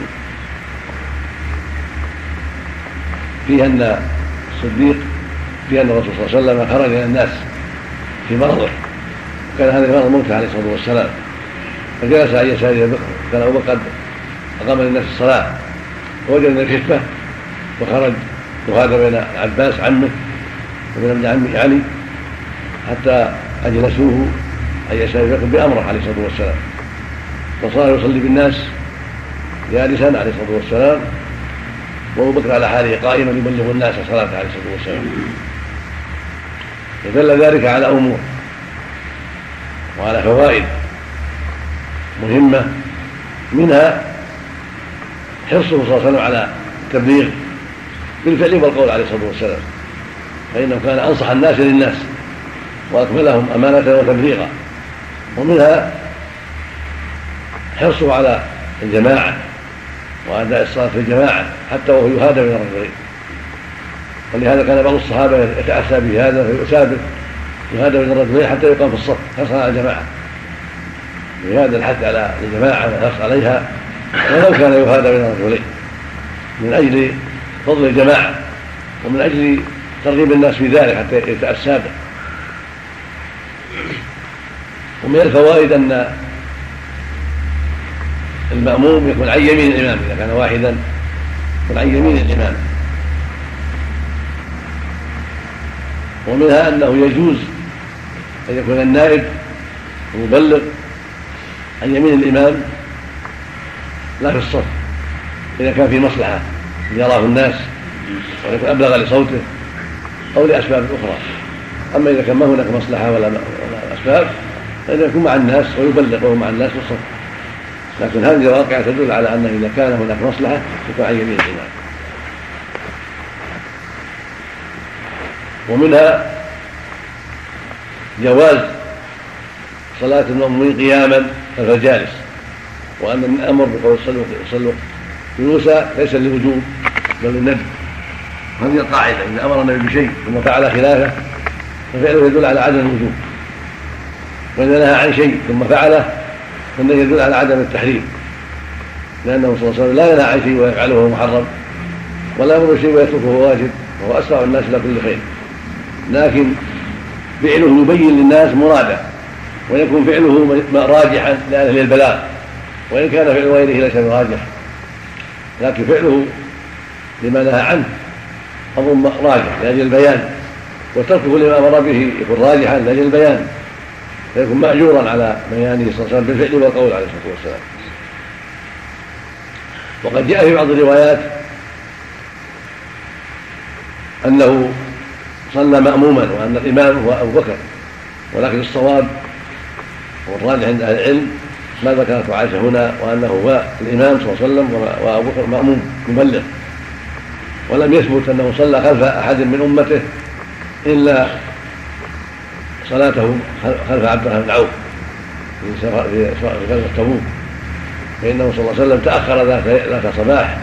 فيها أن الصديق فيها أن الرسول صلى الله عليه وسلم خرج إلى الناس في مرضه، كان هذا مرض موته عليه الصلاة والسلام، فجلس عن يساره بكر، كان أبو بكر قد أقام للناس الصلاة، فوجد من الخفة وخرج وهذا بين العباس عمه وبين ابن عمه علي حتى أجلسوه عن يساره بكر بأمره عليه الصلاة والسلام، فصار يصلي بالناس جالسا عليه الصلاة والسلام، وأبو بكر على حاله قائما يبلغ الناس صلاته عليه الصلاة والسلام. فدل ذلك على أمور وعلى فوائد مهمة، منها حرصه صلى الله عليه وسلم على التبليغ بالفعل والقول عليه الصلاة والسلام، فإنه كان أنصح الناس للناس وأكملهم أمانة وتبليغا. ومنها حرصه على الجماعة وأداء الصلاة في الجماعة حتى وهو يهادى من الرجلين، ولهذا كان بعض الصحابة يتأسى بهذا فيؤسى يهادى من الرجلين حتى يقام في الصف حرصا على الجماعة، لهذا الحث على الجماعة والحرص عليها ولو كان يهادى من الرجلين، من أجل فضل الجماعة ومن أجل ترغيب الناس في ذلك حتى يتأسى به. ومن الفوائد أن المأموم يكون عن يمين الإمام، إذا كان واحدا يكون عن يمين الإمام. ومنها أنه يجوز أن يكون النائب المبلغ عن يمين الإمام لا في الصف إذا كان في مصلحة يراه الناس ويكون أبلغ لصوته أو لأسباب أخرى. أما إذا كان ما هناك مصلحة ولا أسباب فإنه يكون مع الناس ويبلغ وهو مع الناس في الصف، لكن هذه الواقعة تدل على أنه إذا كان هناك مصلحة يكون عن يمين الإمام. ومنها جواز صلاة المأمومين قياما خلف الجالس، وأن الأمر بقول صلوا جلوسا ليس للوجوب بل للندب. هذه القاعدة، إذا أمر النبي بشيء ثم فعل خلافه ففعله يدل على عدم الوجوب، وإذا نهى عن شيء ثم فعله فإنه يدل على عدم التحريم، لأنه صلى الله عليه وسلم لا ينهى عن شيء ويفعله وهو محرم، ولا يأمر بشيء ويتركه وهو واجب، وهو أسرع الناس إلى كل خير، لكن فعله يبين للناس مراده ويكون فعله راجحا لأهل البلاغ، وإن كان فعل غيره ليس براجح، لكن فعله لما نهى عنه أمر راجح لأجل البيان، وتركه لما أمر به يكون راجحا لأجل البيان، فيكون مأجورا على بيانه صلى الله عليه وسلم بالفعل والقول عليه الصلاة والسلام. وقد جاء في بعض الروايات أنه صلى مأموما وأن الإمام هو أبو بكر، ولكن الصواب والراجح عند أهل العلم ما ذكرته عائشة هنا، وأنه هو الإمام صلى الله عليه وسلم وأبو بكر مأموم مبلغ، ولم يثبت أنه صلى خلف أحد من أمته إلا صلاته خلف عبد الرحمن بن عوف في غزوة تبوك، فإنه صلى الله عليه وسلم تأخر ذات صباح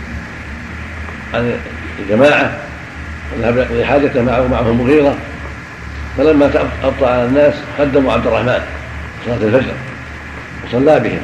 عن الجماعة وذهب يقضي حاجته معه معه المغيرة، فلما أبطأ على الناس قدموا عبد الرحمن صلاة الفجر وصلى بهم،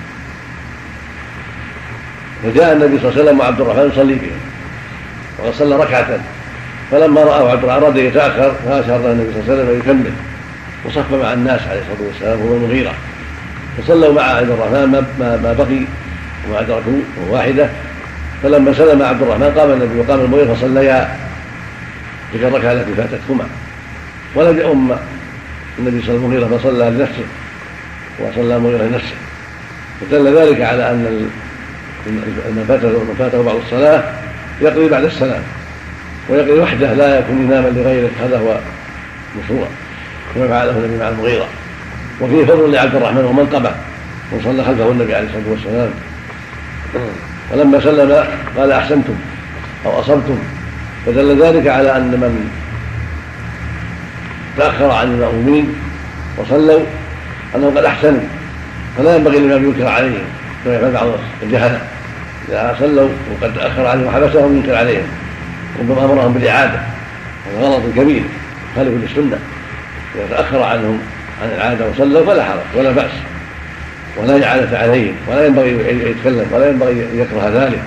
فجاء النبي صلى الله عليه وسلم وعبد الرحمن يصلي بهم وقد صلى ركعة، فلما رأى عبد الرحمن أراد يتأخر فأشار له النبي صلى الله عليه وسلم يكمل وصف مع الناس عليه الصلاة والسلام هو المغيرة، فصلوا مع عبد الرحمن ما, ما بقي وما أدركوا واحدة، فلما سلم عبد الرحمن قام النبي وقام المغيرة فصليا تلك الركعة التي فاتتهما، ولم يؤم النبي صلى الله عليه وسلم فصلى لنفسه وصلى مغيرة نفسه. ودل ذلك على أن من فاته بعض الصلاة يقضي بعد السلام، ويقضي وحده لا يكون إماما لغيره، هذا هو مشروع كما فعله النبي مع المغيرة. وفيه فضل لعبد الرحمن ومنقبه وصلى خلفه النبي عليه الصلاة والسلام، ولما سلم قال أحسنتم أو أصبتم، فدل ذلك على أن من تأخر عن المأمومين وصلوا أنهم قد أحسنوا، فلا ينبغي لمن ينكر عليهم كما يفعل بعض الجهلة إذا صلوا وقد تأخر عليهم وحبسهم ينكر عليهم، ربما أمرهم بالإعادة، هذا غلط كبير خالف للسنة. إذا تأخر عنهم عن العادة وصلوا فلا حرج ولا بأس، ولا إعادة عليهم، ولا ينبغي يتكلم ولا ينبغي يكره ذلك.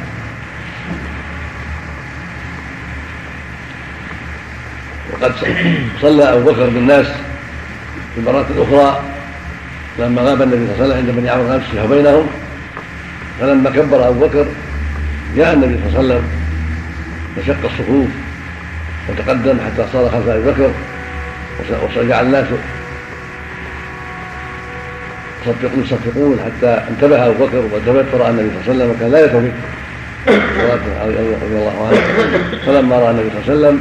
وقد صلى أبو بكر بالناس في المرات الأخرى لما غاب النبي صلى الله عليه وسلم عند بني عمرو بن العاص بينهم، فلما كبر أبو بكر جاء النبي صلى الله عليه وسلم وشق الصفوف وتقدم حتى صار خلف أبي بكر، وجعل الناس يصفقون يصفقون حتى انتبه أبو بكر والتفت فرأى النبي صلى الله عليه وسلم وكان لا يلتفت رضي الله عنه. فلما رأى النبي صلى الله عليه وسلم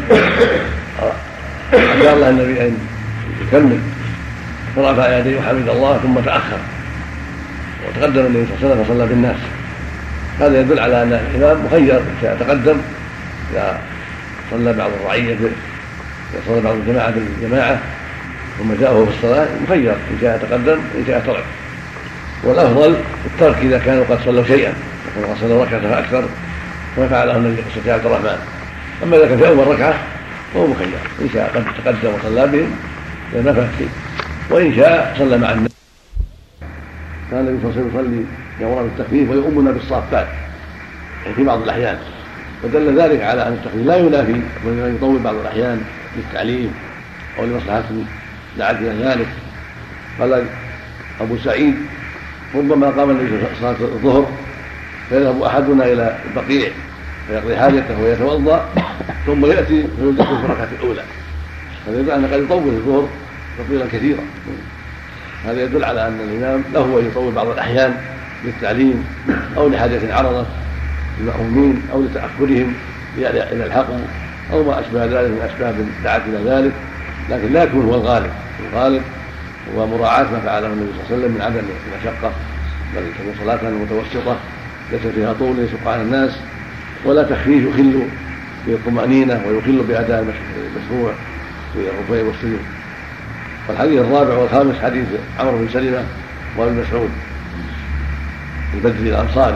أشار له النبي أن يكمل، فرفع يديه وحمد الله ثم تأخر وتقدم النبي صلى الله عليه وسلم فصلى بالناس. هذا يدل على أن الإمام مخير إن شاء تقدم إذا صلى بعض الرعية إذا صلى بعض الجماعة بالجماعة ثم جاءه في الصلاة مخير إن شاء تقدم إن شاء ترك، والأفضل الترك إذا كانوا قد صلوا شيئا، كانوا قد صلوا ركعة فأكثر كما فعله النبي صلى الله عليه وسلم. أما إذا كان في أول ركعة فهو مخير إن شاء قد تقدم وصلى بهم ما فات شيء، وإن شاء صلى مع الناس. كان النبي صلى الله عليه وسلم يصلي يأمرنا بالتخفيف ويؤمنا بالصافات يعني في بعض الأحيان، ودل ذلك على أن التخفيف لا ينافي وإنما يطول بعض الأحيان للتعليم أو لمصلحة دعت إلى ذلك. قال أبو سعيد ربما قام النبي صلاة الظهر فيذهب أحدنا إلى البقيع فيقضي حاجته ويتوضأ ثم يأتي فيدخل في الركعة الأولى، هذا يدل أن قد يطول الظهر تطويلا كثيرا. هذا يدل على أن الإمام له أن يطول بعض الأحيان للتعليم أو لحاجة عرضت للمأمومين أو لتأخرهم إلى الحقم أو ما أشبه ذلك من أسباب دعت إلى ذلك، لكن لا يكون هو الغالب. الغالب هو مراعاة ما فعله النبي صلى الله عليه وسلم من عدم المشقة، بل تكون صلاة متوسطة ليس فيها طول يشق على الناس ولا تخفيف يخل بالطمأنينة ويخل بأداء المشروع في الركوع والسجود. والحديث الرابع والخامس حديث عمرو بن سلمة وابن مسعود البدري الأنصاري.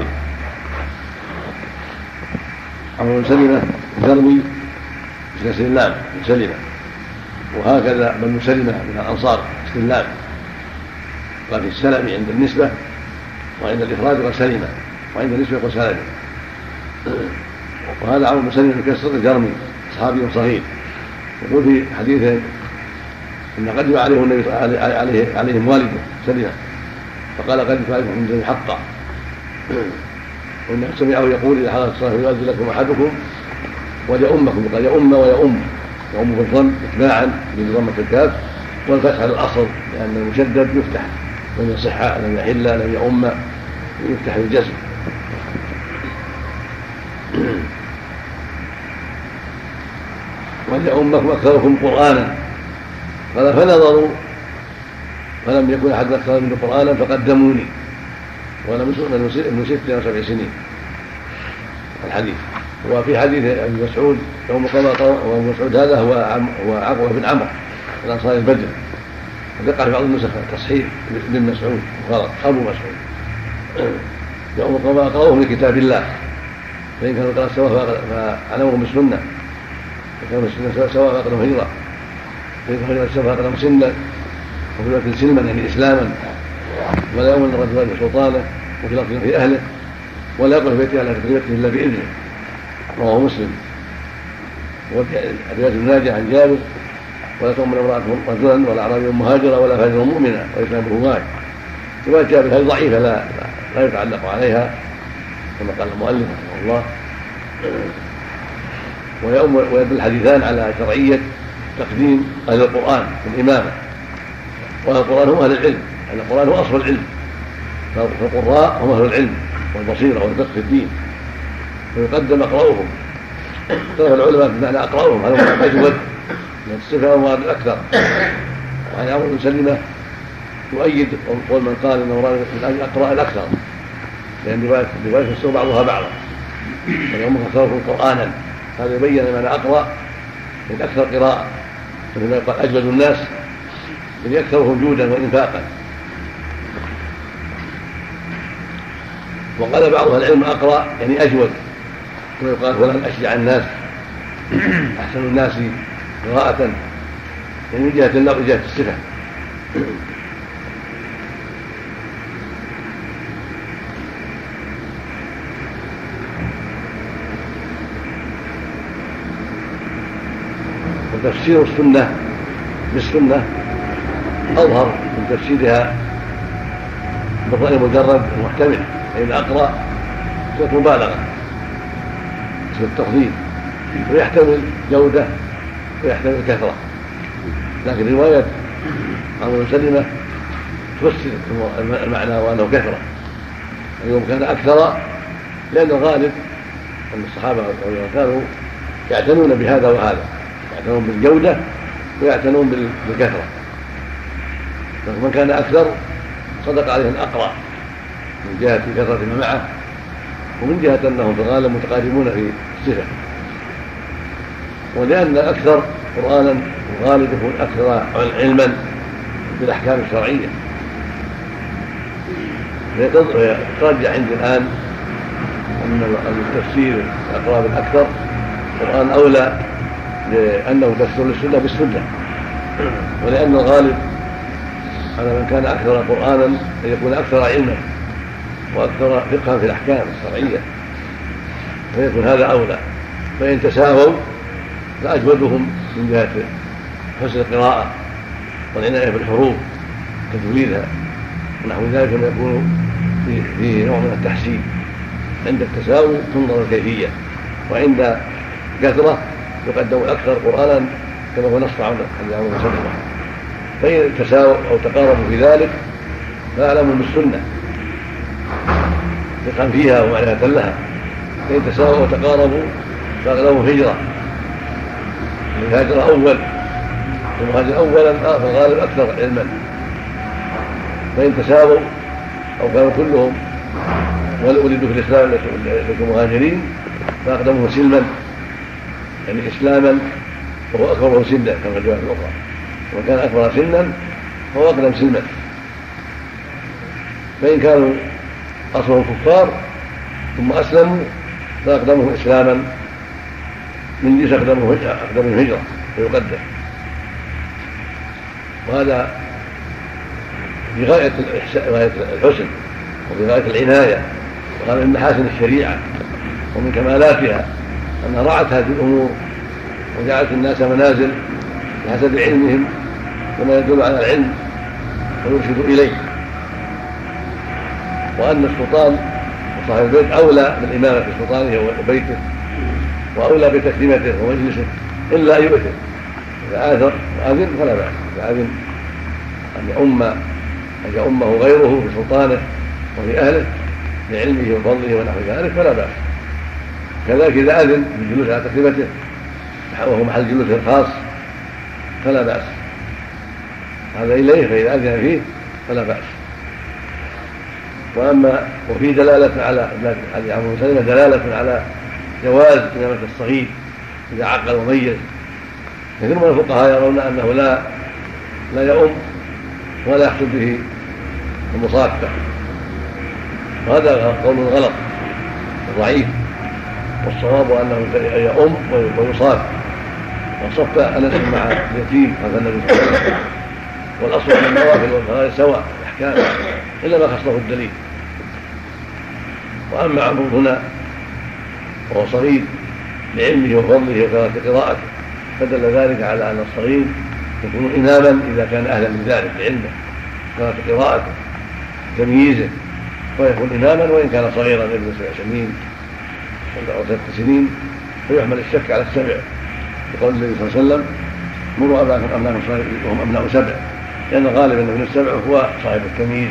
عمرو بن سلمة الجرمي مثل سلام بن سلمة، وهكذا بن سلمة من الأنصار سلام، وفي السلم عند النسبة وعند الإفراد وسلمة وعند النسبة وسلمة. وهذا عمرو بن سلمة الكسر الجرمي صحابي صغير، يقول في حديثه إن قدم عليه النبي عليه عليهم والده سلمة فقال قدمت عليكم من ذي حقا، وإنه سمعه يقول إذا حضرت الصلاة يؤذن لكم أحدكم وليؤمكم، قال يؤم ويؤم، يؤم بالضم إتباعا بضمة الكاف والفتح على الأصل لأن المشدد يفتح لم يصح لم يحل لم يؤم يفتح بالجزم. وليؤمكم أكثركم قرآنا، قال فنظروا فلم يكن أحد أكثر منه قرآنا فقدموني وأنا ابن ست وسبع سنين. الحديث وفي حديث ابن مسعود يوم قام وابن مسعود هذا هو هو عقبة بن عمرو الأنصاري البدري، وذكر في بعض النسخ تصحيح ابن مسعود غلط أبو مسعود. يوم قام أقرأوه من كتاب الله، فإن كانوا قرأ سواء فعلمهم بالسنة، فكانوا السنة سواء فأقرأوا هجرة، فإن كانوا هجرة سواء فأقرأوا سنة، وفي الوقت سلما يعني إسلاما، ولا يؤمن الرجل بسلطانه وفي لفظ في أهله، ولا يقف في بيته على تقريبته إلا بإذنه، رواه مسلم. وفي رواية ابن ماجه عن جابر ولا تؤمن امرأة رجلا ولا أعرابي مهاجرا ولا فاجرا مؤمنا وإسلام بالغاية. رواية جابر هذه ضعيفة لا لا يتعلق عليها كما قال المؤلف رحمه الله. ويدل الحديثان على شرعية تقديم أهل القرآن في الإمامة، وأهل القرآن هم أهل العلم لأن القرآن هو أصل العلم، فالقراء هم أهل العلم والبصيرة والفقه في الدين، ويقدم أقرأهم. اختلف العلماء بمعنى أقرأهم، هذا هو أجود من الصفة والمراد الأكثر. وعن عمرو بن سلمة يؤيد قول من قال إنه مراد من أجل أقرأ الأكثر، لأن رواية السور بعضها بعضا، فالأمر أكثرهم قرآنا، هذا يبين معنى أقرأ من أكثر قراءة، مثل ما يقال أجود الناس من أكثرهم جودا وإنفاقا. وقال بعض أهل العلم أقرأ يعني أجود، كما يقال فلان أشجع الناس، أحسن الناس قراءة، يعني من جهة اللفظ جهة الصفة. وتفسير السنة بالسنة أظهر من تفسيرها بالرأي المجرد المحتمل، فإن أقرأ صوت مبالغة اسم التفضيل، ويحتمل جودة ويحتمل كثرة. لكن رواية عمرو بن سلمة تفسر المعنى وأنه كثرة، اليوم كان أكثر، لأن الغالب أن الصحابة كانوا يعتنون بهذا وهذا، يعتنون بالجودة ويعتنون بالكثرة. فمن كان أكثر صدق عليه الأقرأ من جهة كثرة ما معه، ومن جهة أنهم في الغالب متقاربون في الصفة. ولأن الأكثر قرآنا الغالب يكون أكثر علما بالأحكام الشرعية. فيترجح عندي الآن أن التفسير الأقرب الأكثر القرآن أولى، لأنه تفسير للسنة بالسنة، ولأن الغالب على من كان أكثر قرآنا أن يكون أكثر علما وأكثر فقها في الأحكام الشرعية، فيكون هذا أولى. فإن تساووا فأجودهم من جهة حسن القراءة والعناية بالحروف تجويدها ونحو ذلك، ما يكون فيه نوع من التحسين. عند التساوي تنظر الكيفية، وعند كثرة يقدم الأكثر قرآنا كما هو نص عن عمرو بن سلمة. فإن تساووا أو تقاربوا في ذلك فأعلموا بالسنة فقها فيها ومعنى لها. فإن تساووا وتقاربوا فأغلبوا هجرة، الهاجر أول والمهاجر أولا فالغالب أكثر علما. فإن تساووا أو كانوا كلهم ولدوا في الإسلام لكم مهاجرين فأقدموا سلما، يعني إسلاما وهو أكبره سنا كما الرواية الأخرى، وكان أكبر سنا فهو أقدم سلما. فإن كانوا أصلهم كفار ثم أسلموا فأقدمهم إسلاما من جنس أقدمهم هجرة فيقدم. وهذا في غاية الحسن وفي غاية العناية، وهذا من محاسن الشريعة ومن كمالاتها أنها رعت هذه الأمور وجعلت الناس منازل بحسب علمهم وما يدل على العلم ويرشد إليه، وأن السلطان وصاحب البيت أولى بالإمامة في سلطانه وبيته وأولى بتكريمته ومجلسه إلا أن يؤثر. إذا آثر وأذن فلا بأس، إذا أذن أن يؤم أن يؤمه غيره في سلطانه وفي أهله بعلمه وفضله ونحو ذلك فلا بأس. كذلك إذا أذن بالجلوس على تكريمته وهو محل جلوسه الخاص فلا بأس، هذا إليه، فإذا أذن فيه فلا بأس. وأما وفيه دلالة على حديث عمرو بن سلمة دلالة على جواز إمامة الصغير إذا عقل وميز. كثير من الفقهاء يرون أنه لا لا يؤم ولا يحصل به المصافة، وهذا قول غلط ضعيف، والصواب أنه يؤم ويصاف، وصف أنس مع اليتيم هذا النبي صلى الله عليه وسلم. والأصل أن النوافل والفرائض سواء الأحكام إلا ما خصه الدليل. وأما عمرو هنا وهو صغير بعلمه وفضله وكثرة قراءته فدل ذلك على أن الصغير يكون إماما إذا كان أهلا من ذلك بعلمه وكثرة قراءته تمييزه، ويكون إماما وإن كان صغيرا ابن سبع سنين أو ست سنين، فيحمل الشك على السبع بقول النبي صلى الله عليه وسلم مروا أبناءكم وهم أبناء سبع، لأن غالبا ابن السبع هو صاحب التمييز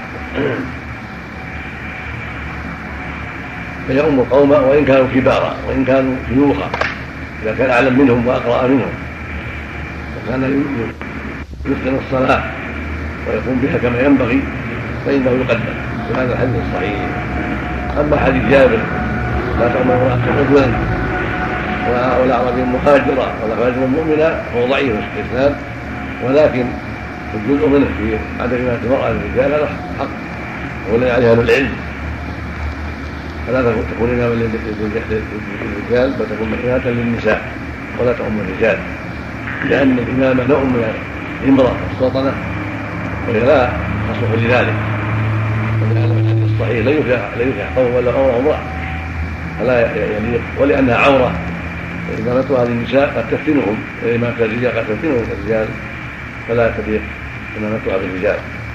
فيؤم القوم وإن كانوا كبارا وإن كانوا شيوخا، إذا كان أعلم منهم وأقرأ منهم وكان يتقن الصلاة ويقوم بها كما ينبغي فإنه يقدم في هذا الحديث الصحيح. أما حديث جابر لا تأمر امرأة رجلا ولا أعرابي مهاجرة ولا فاجر مؤمنا فهو ضعيف في الإسلام، ولكن الجزء منه في عدم إمامة المرأة للرجال هذا حق ولا عليها أهل العلم، فلا تكون إماما للرجال بل تكون إمامة للنساء ولا تؤم الرجال، لأن الإمامة نوع من الإمرة والسلطنة وهي لا تصلح لذلك. ولهذا في الحديث الصحيح لا يفلح قوم ولا أمر امرأة فلا يليق، ولأنها عورة وإمامتها للنساء قد تفتنهم وإمامة الرجال قد تفتنهم الرجال فلا تليق إمامتها بالرجال.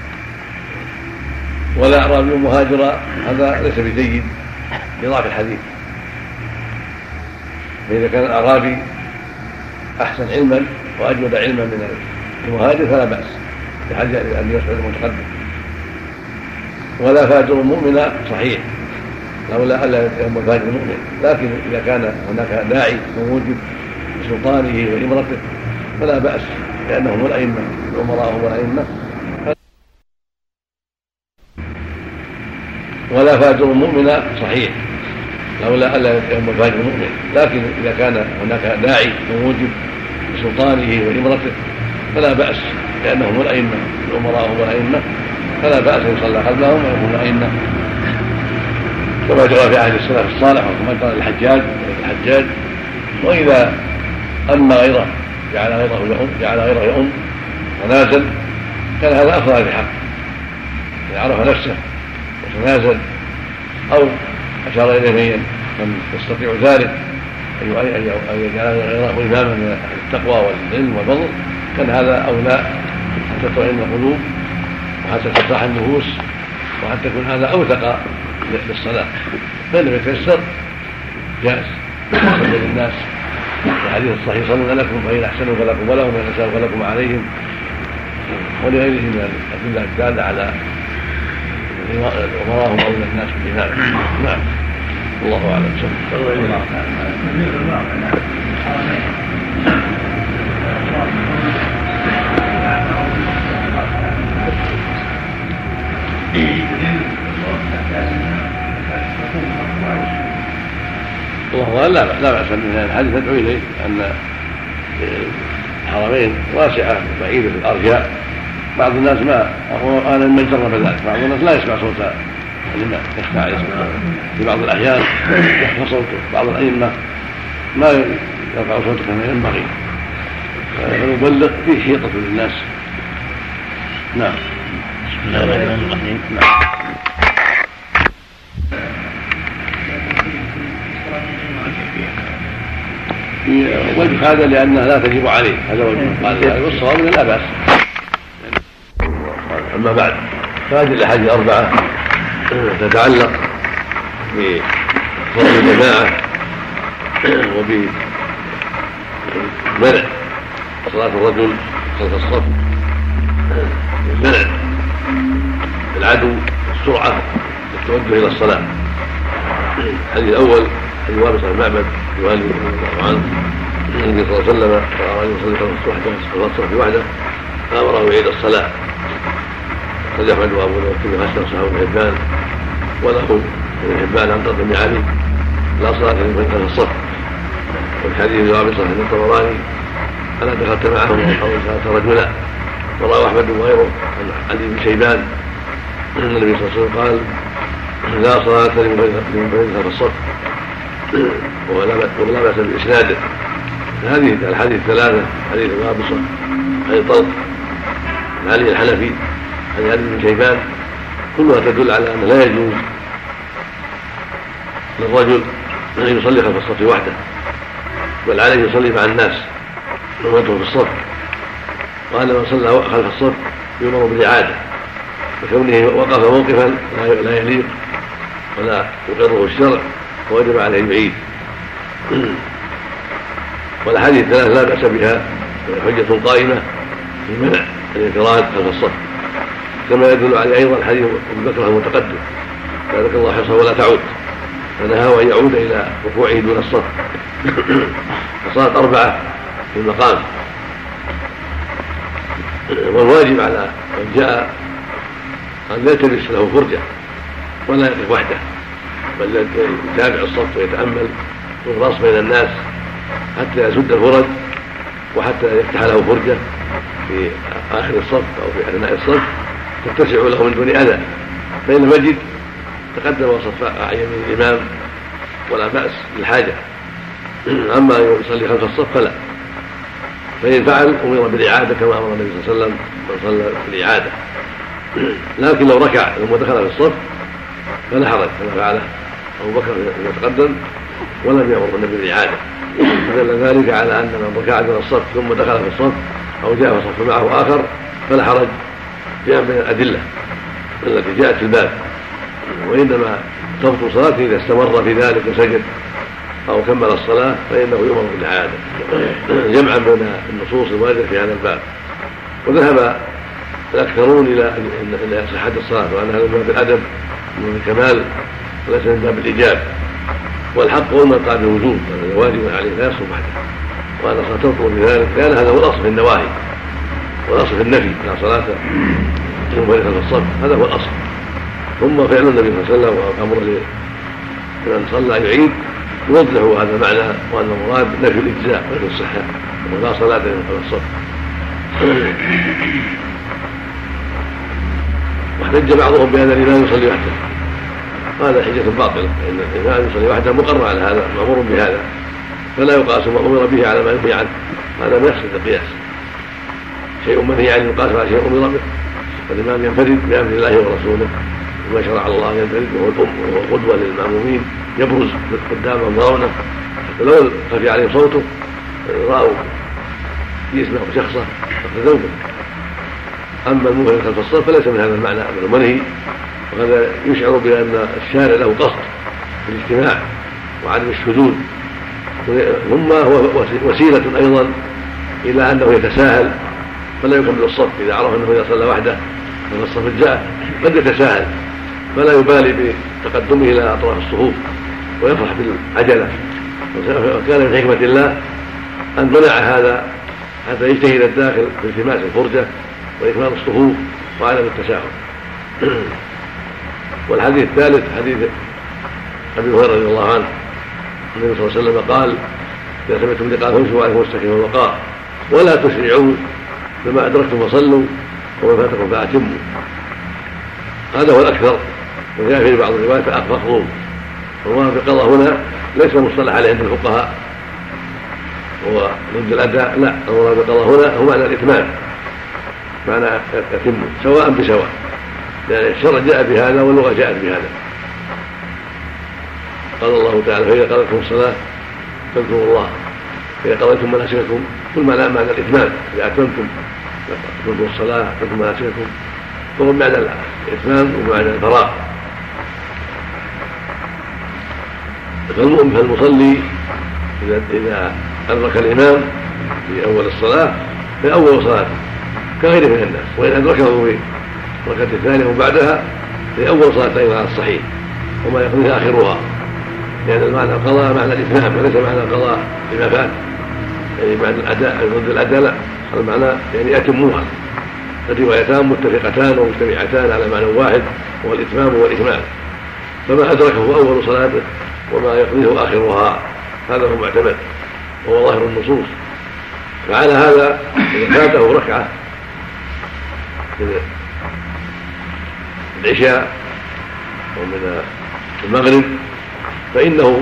ولا أعرابي مهاجرة هذا ليس بجيد لضعف الحديث، فإذا كان الأعرابي أحسن علما وأجود علما من المهاجر فلا بأس بحاجة إلى أن يسعد المتقدم. ولا فاجر مؤمنا صحيح لولا ألا يؤم الفاجر مؤمن، لكن إذا كان هناك داعي وموجب لسلطانه وإمرته فلا بأس لأنهم الأئمة الأمراء هم الأئمة. ولا فاجر مؤمنا صحيح لولا ألا يؤم الفاجر مؤمن، لكن إذا كان هناك داعي وموجب لسلطانه وإمرته فلا بأس لأنهم الأئمة الأمراء هم الأئمة، فلا بأس أن يصلى قبلهم ويكون أئمة كما جرى في عهد السلف الصالح وكما قال الحجاج الحجاج وإذا أما غيره جعل غيره يؤم جعل غيره يؤم تنازل كان هذا أفضل بحق، إذا عرف نفسه وتنازل أو أشار إليه من يستطيع ذلك أن يجعل غيره إماما من التقوى والعلم والفضل كان هذا أولى حتى تطمئن القلوب وحتى ترتاح النفوس وحتى تكون هذا أوثق للصلاة. فإن يتيسر جائز يصلي للناس في الحديث الصحيح صلوا لكم فإن أحسنوا فلكم ولهم وإن أساءوا فلكم عليهم، ولغيره من الأدلة الدالة على الأمراء هم أولى الناس بالإمامة. نعم الله أعلم. الله لا لا بأس من الحديث يدعو إليه أن الحرمين واسعة بعيدة في الأرجاء، بعض الناس ما أنا من جرب ذلك، بعض الناس لا يسمع صوت الإمام يخفى عليه في بعض الأحيان يخفى صوته، بعض الأئمة ما يرفع صوته كما ينبغي فنبلغ فيه حيطة للناس. نعم. بسم الله الرحمن الرحيم. نعم. وجه هذا لأنها لا تجب عليه، هذا وجه قال والصواب لا بأس. أما بعد فهذه الأحاديث الأربعة تتعلق بفضل الجماعة وبمنع صلاة الرجل خلف الصف، منع العدو السرعة التوجه إلى الصلاة. الحديث الأول حديث وابص بن معبد يوالي رضي الله عنه النبي صلى الله عليه وسلم رأى يصلي خلف الصف وحده فأمره يعيد الصلاة، قد يحمد أبو داود في حسن صحابه ابن حبان وله ابن حبان عن طرف بن علي لا صلاة لمن خلف الصف. والحديث وابص بن الطبراني أنا دخلت معهم أو صلاة رجلا، وروى أحمد وغيره عن علي بن شيبان أن النبي صلى الله عليه وسلم قال لا صلاة لمن خلف الصف ولا بأس بإسناده. هذه الحديث الثلاثة حديث وابصة حديث طلق عن علي الحنفي عن علي بن شيبان كلها تدل على أن لا يجوز للرجل أن يصلي خلف الصف وحده، بل عليه يصلي مع الناس ويوضع في الصف، وأن من صلى خلف الصف يؤمر بالإعادة وكونه وقف موقفا لا يليق ولا يقره الشرع ووجب عليه العيد. والأحاديث الثلاث لا بأس بها، حجة قائمة في منع الانفراد خلف الصف، كما يدل عليه أيضا حديث أبي بكر المتقدم ذلك الله حرصه ولا تعود، فنهاه أن يعود إلى ركوعه دون الصف. فصارت أربعة في المقام. والواجب على من جاء أن يلتمس له فرجة ولا يقف وحده، بل يتابع الصف ويتأمل ويغرس بين الناس حتى يسد الفرج وحتى يفتح له فرجة في آخر الصف أو في أثناء الصف تتسع له من دون أذى، فإن لم يجد تقدم وصف عن يمين الإمام ولا بأس بالحاجة. أما يصلي خلف الصف فلا، فإن فعل أمر بالإعادة كما أمر النبي صلى الله عليه وسلم من صلى بالإعادة. لكن لو ركع ثم دخل في الصف فلا حرج كما فعله أبو بكر فيما تقدم ولم يأمر النبي بالإعادة، فدل ذلك على أن من ركع دون الصف ثم دخل في الصف أو جاء في صف معه آخر فلا حرج، جاء من الأدلة التي جاءت في الباب. وإنما تبطل صلاته إذا استمر في ذلك وسجد أو كمل الصلاة فإنه يؤمر بالإعادة جمعا بين النصوص الواردة في هذا الباب. وذهب الأكثرون إلى إلى صحة الصلاة وأن هذا من باب الأدب من الكمال وليس من باب الإيجاب، والحق هو من قال بالوجوب وأن الواجب عليه لا يصوم وحده، وأن الصلاة تبطل بذلك لأن هذا هو الأصل في النواهي والأصل في النفي لا صلاة منفردا في الصف، هذا هو الأصل. ثم فعل النبي صلى الله عليه وسلم وأمر لمن صلى يعيد يوضح هذا المعنى وأن المراد نفي الإجزاء ونفي الصحة ولا صلاة في الصف. واحتج بعضهم بأن الإمام يصلي وحده، هذا حجة باطلة، فإن الإمام يصلي وحده مقرر على هذا مأمور بهذا، فلا يقاس ما أمر به على ما ينهي عنه، هذا ما يقصد القياس، شيء منهي عنه يقاس على شيء أمر به. فالإمام ينفرد بأمر الله ورسوله وما شرع الله ينفرد، وهو الأم وهو قدوة للمأمومين يبرز قدامهم رونه حتى لو خفي عليه صوته رأوا يسمع شخصه فقد. أما المنفرد خلف الصف فليس من هذا المعنى أمر المنهي، وهذا يشعر بأن الشارع له قصد في الاجتماع وعدم الشذوذ، ثم هو وسيلة أيضا إلى أنه يتساهل فلا يكمل الصف. إذا عرف أنه إذا صلى وحده من الصف الجاء قد يتساهل فلا يبالي بتقدمه إلى أطراف الصفوف ويفرح بالعجلة، وكان من حكمة الله أن منع هذا حتى يجتهد الداخل في التماس الفرجة وإكمال الصفوف وعدم التساهل. والحديث الثالث حديث أبي هريرة رضي الله عنه النبي صلى الله عليه وسلم قال: إذا سمعتم لقاء فامشوا وعليكم السكينة والوقار ولا تسرعوا، فما أدركتم فصلوا وما فاتكم فأتموا. هذا هو الأكثر، وجاء في بعض الروايات فأقفضوا. والله بالقضاء هنا ليس مصطلح عليه عند الفقهاء هو ضد الأداء، لا، الله بالقضاء هنا هو معنى الإتمام، معنى يتم سواء بسواء، لأن الشرع جاء بهذا واللغة جاءت بهذا. قال الله تعالى: فإذا قضيتم الصلاة فاذكروا الله، فإذا قضيتم مناسككم، كل معنى معنى الإتمام، إذا أتممتم تقضوا الصلاة تقضوا مناسككم، فهو معنى الإتمام ومعنى الفراغ. فالمؤمن فالمصلي إذا إذا أدرك الإمام في أول الصلاة في أول صلاة كغيره من الناس، وإن أدركه في الركعة الثانية وبعدها في أول صلاة أيضا على الصحيح وما يقضيه آخرها، لأن يعني المعنى القضاء معنى الإتمام وليس معنى القضاء لما فات، يعني معنى الأداء ضد الأداء لا، المعنى يعني أتموها. الروايتان متفقتان ومجتمعتان على معنى واحد وهو الإتمام والإكمال، فما أدركه أول صلاته وما يقضيه آخرها هذا هو معتمد وهو ظاهر النصوص. فعلى هذا إذا فاته ركعة من العشاء ومن المغرب فإنه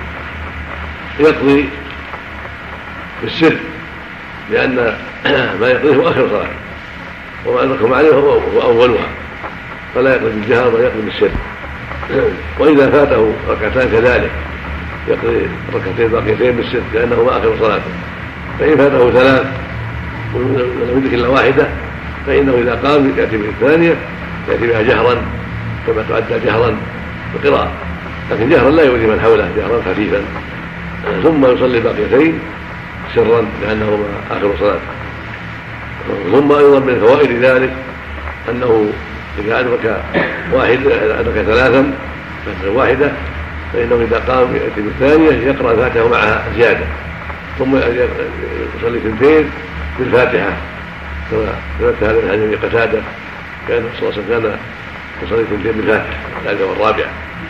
يقضي بالسر، لأن ما يقضيه آخر صلاة وما أدركه عليه هو أولها، فلا يقضي بالجهر بل يقضي بالسر. وإذا فاته ركعتان كذلك يقضي ركعتين باقيتين بالسر لأنه ما آخر صلاته. فإن فاته ثلاث ولم يدرك إلا واحدة فإنه إذا قام يأتي بالثانية يأتي بها جهرا كما تؤدى جهرا بقراءة، لكن جهرا لا يؤذي من حوله، جهرا خفيفا، ثم يصلي باقيتين سرا لأنه آخر صلاته. ثم أيضا من فوائد ذلك أنه إذا أدرك واحد أدرك ثلاثا مثلا واحدة فإنه إذا قام يأتي بالثانية يقرأ الفاتحة معها زيادة ثم يصلي اثنتين بالفاتحة كما ثبت هذا من حديث قتادة كان صلى الله عليه وسلم كان يصلي اثنتين بالفاتحة الثالثة والرابعة.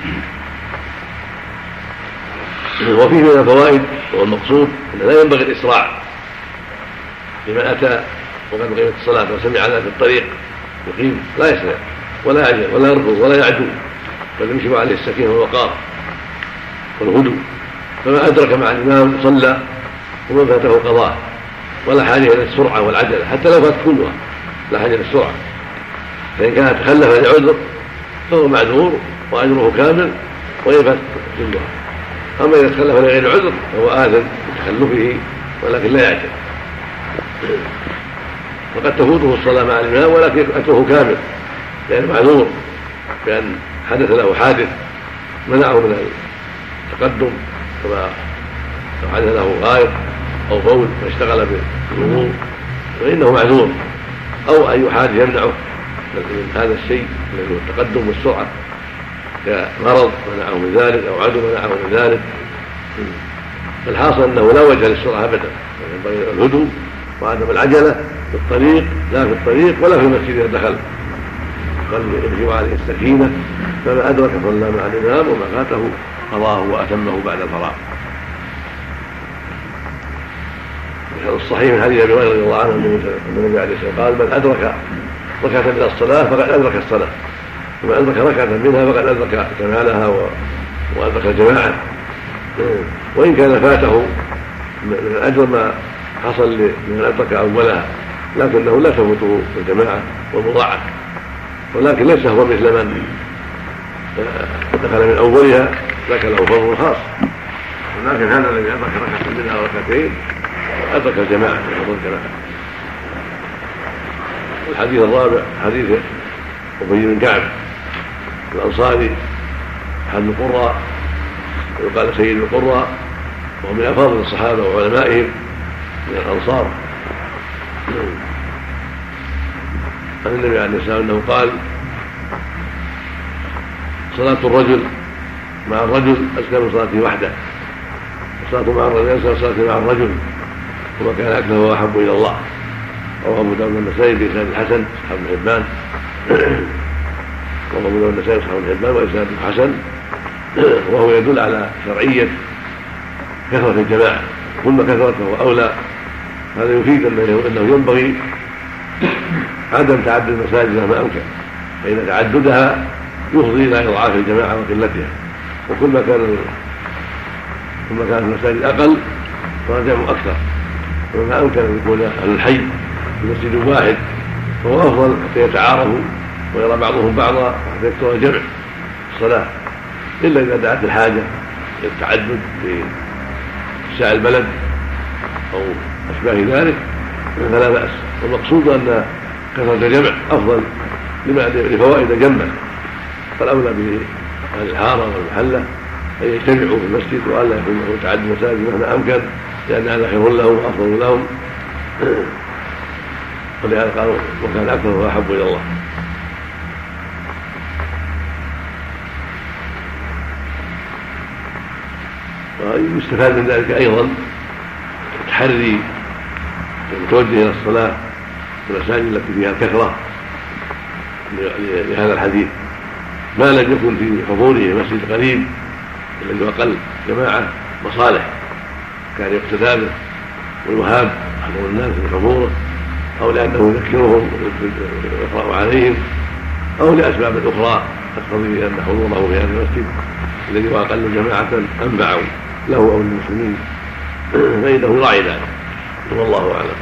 وفيه من الفوائد والمقصود أن لا ينبغي الإسراع لمن أتى وقد قيمت الصلاة وسمع لها في الطريق يقيم لا يسرع ولا يعجل ولا يرفض ولا يعدو بل يمشي عليه السكينة والوقار والهدوء فما أدرك مع الإمام صلى ومن فاته قضاء ولا حاجة إلى السرعة والعجلة حتى لو فات كلها لا حاجة إلى السرعة فإن كان تخلف لعذر فهو معذور وأجره كامل وإن فات كلها. أما إذا تخلف لغير عذر فهو آثم بتخلفه ولكن لا يعجل وقد تفوته الصلاة مع الإمام ولكن أجره كامل لأنه معذور بأن حدث له حادث منعه من التقدم كما لو حدث له غائط أو بول فاشتغل بالوضوء فإنه معذور أو أي حادث يمنعه من هذا الشيء الذي هو التقدم والسرعة كمرض منعه من ذلك أو عدو منعه من ذلك. فالحاصل أنه لا وجه للسرعة أبدا ينبغي الهدوء وعدم العجلة في الطريق لا في الطريق ولا في المسجد إذا دخل بل يجب عليه السكينة فما أدرك صلى مع الإمام وما فاته قضاه وأتمه بعد الفراغ. الصحيح من حديث أبي هريرة رضي الله عنه أن النبي عليه الصلاة والسلام قال من أدرك ركعة من الصلاة فقد أدرك الصلاة ومن أدرك ركعة منها فقد أدرك كمالها وأدرك الجماعة وإن كان فاته من أجر ما حصل لمن أدرك أولها لكنه لا تفوته الجماعة والمضاعف ولكن ليس هو مثل من دخل من أولها ذاك له فضل خاص ولكن هذا الذي أدرك ركعة منها وركعتين أدرك الجماعة وفضل الجماعة. الحديث الرابع حديث أبي بن كعب الأنصاري أحد القراء ويقال سيد القراء وهو من أفاضل الصحابة وعلمائهم من الأنصار عن النبي عليه الصلاة والسلام أنه قال صلاة الرجل مع الرجل أزكى من صلاته وحده وصلاته مع الرجل أزكى من صلاته مع الرجل وما كان أكثر وأحب إلى الله. رواه أبو داود والنسائي بإسناد الحسن أصحاب ابن حبان رواه أبو داود والنسائي أصحاب ابن حبان وإسناد حسن وهو يدل على شرعية كثرة الجماعة كل ما كثرت فهو أولى. هذا يفيد أنه ينبغي عدم تعدد المساجد مهما أمكن فإن تعددها يفضي إلى إضعاف الجماعة وقلتها وكل ما كان كل ما كانت المساجد أقل فالجمع أكثر وما أمكن أن يكون أهل الحي في مسجد واحد فهو أفضل حتى يتعارفوا ويرى بعضهم بعضا حتى يكثر الجمع في الصلاة إلا إذا دعت الحاجة للتعدد في ساع البلد أو أشباه ذلك فلا بأس. والمقصود أن كثرة الجمع أفضل لفوائد جمة فالأولى بأهل الحارة والمحلة أن يجتمعوا في المسجد وألا يكون له تعدد مساجد مهما أمكن لأن هذا خير لهم وأفضل لهم ولهذا قالوا وكان أكثر وأحب إلى الله. ويستفاد من ذلك أيضا التحري المتوجه إلى الصلاة في المساجد التي فيها الكثرة لهذا الحديث ما لم يكن في حضوره مسجد قريب الذي هو أقل جماعة مصالح كان يقتدى به ويهاب حضور الناس في حضوره أو لأنه يذكرهم ويقرأ عليهم أو لأسباب أخرى تقتضي أن حضوره في هذا المسجد الذي هو أقل جماعة أنفع له أو للمسلمين فإنه يراعي ذلك والله أعلم.